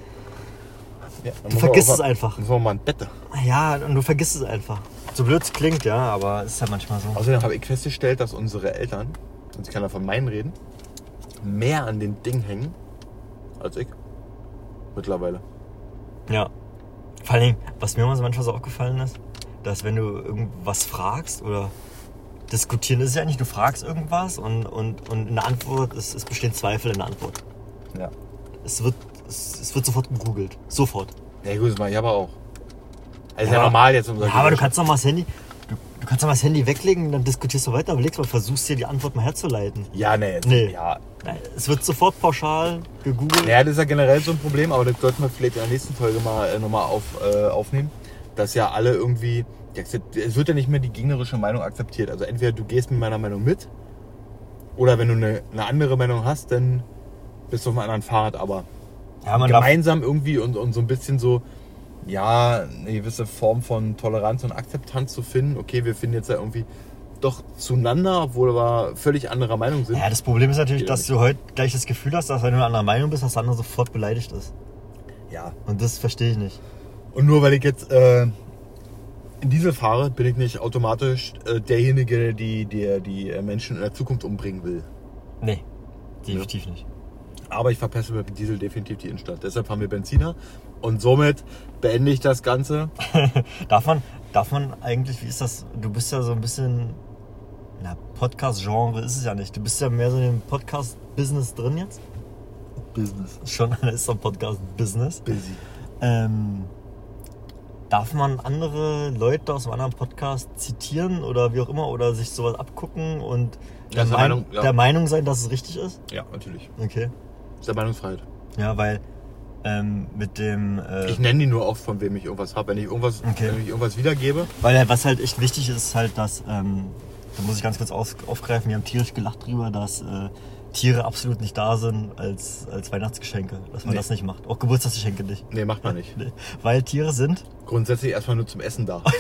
Ja, du vergisst es einfach. Müssen wir mal ein Bett. Ja, und du vergisst es einfach. So blöd es klingt, ja, aber es ist halt manchmal so. Außerdem habe ich festgestellt, dass unsere Eltern, und ich kann da von meinen reden, mehr an den Ding hängen als ich. Mittlerweile. Ja. Vor allem, was mir manchmal so aufgefallen ist, dass wenn du irgendwas fragst oder diskutieren ist es ja nicht, du fragst irgendwas und in der Antwort, es bestehen Zweifel in der Antwort. Ja. Es wird sofort gegoogelt. Sofort. Ja gut, das mache ich aber auch. Also ja normal jetzt. Ja, aber du kannst doch mal das Handy... Du kannst doch mal das Handy weglegen, dann diskutierst du weiter, überlegst mal, versuchst dir die Antwort mal herzuleiten. Ja, nee. Ja. Es wird sofort pauschal gegoogelt. Ja, das ist ja generell so ein Problem, aber das sollten wir vielleicht in der nächsten Folge mal nochmal aufnehmen. Dass ja alle irgendwie... Es wird ja nicht mehr die gegnerische Meinung akzeptiert. Also entweder du gehst mit meiner Meinung mit oder wenn du eine andere Meinung hast, dann bist du auf einem anderen Pfad. Aber ja, man gemeinsam irgendwie und so ein bisschen so... Ja, eine gewisse Form von Toleranz und Akzeptanz zu finden. Okay, wir finden jetzt ja irgendwie doch zueinander, obwohl wir völlig anderer Meinung sind. Ja, das Problem ist natürlich, dass du heute gleich das Gefühl hast, dass wenn du eine andere Meinung bist, dass der andere sofort beleidigt ist. Ja. Und das verstehe ich nicht. Und nur weil ich jetzt in Diesel fahre, bin ich nicht automatisch derjenige, der die Menschen in der Zukunft umbringen will. Nee, definitiv nicht. Aber ich verpesse mit dem Diesel definitiv die Innenstadt. Deshalb fahren wir Benziner. Und somit beende ich das Ganze. Darf man eigentlich, wie ist das? Du bist ja so ein bisschen, Podcast-Genre ist es ja nicht. Du bist ja mehr so in dem Podcast-Business drin jetzt. Business. Schon ist so ein Podcast-Business. Busy. Darf man andere Leute aus einem anderen Podcast zitieren oder wie auch immer oder sich sowas abgucken und der Meinung sein, dass es richtig ist? Ja, natürlich. Okay. Das ist der Meinungsfreiheit. Ja, weil mit dem... ich nenne die nur oft, von wem ich irgendwas habe. Wenn ich irgendwas wiedergebe. Weil was halt echt wichtig ist, halt, dass... da muss ich ganz kurz aufgreifen. Wir haben tierisch gelacht drüber, dass Tiere absolut nicht da sind als Weihnachtsgeschenke. Dass man das nicht macht. Auch Geburtstagsgeschenke nicht. Nee, macht man nicht. Nee. Weil Tiere sind... Grundsätzlich erstmal nur zum Essen da.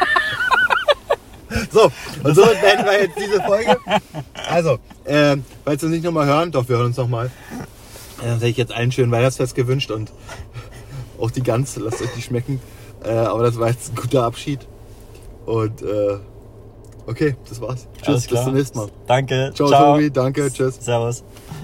So, und somit beenden wir jetzt diese Folge. Also, falls wir uns nicht nochmal hören, doch, wir hören uns nochmal. Dann hätte ich jetzt allen schönen Weihnachtsfest gewünscht und auch die Gans, lasst euch die schmecken. Aber das war jetzt ein guter Abschied. Und okay, das war's. Tschüss, bis zum nächsten Mal. Danke. Ciao, Tobi, danke, tschüss. Servus.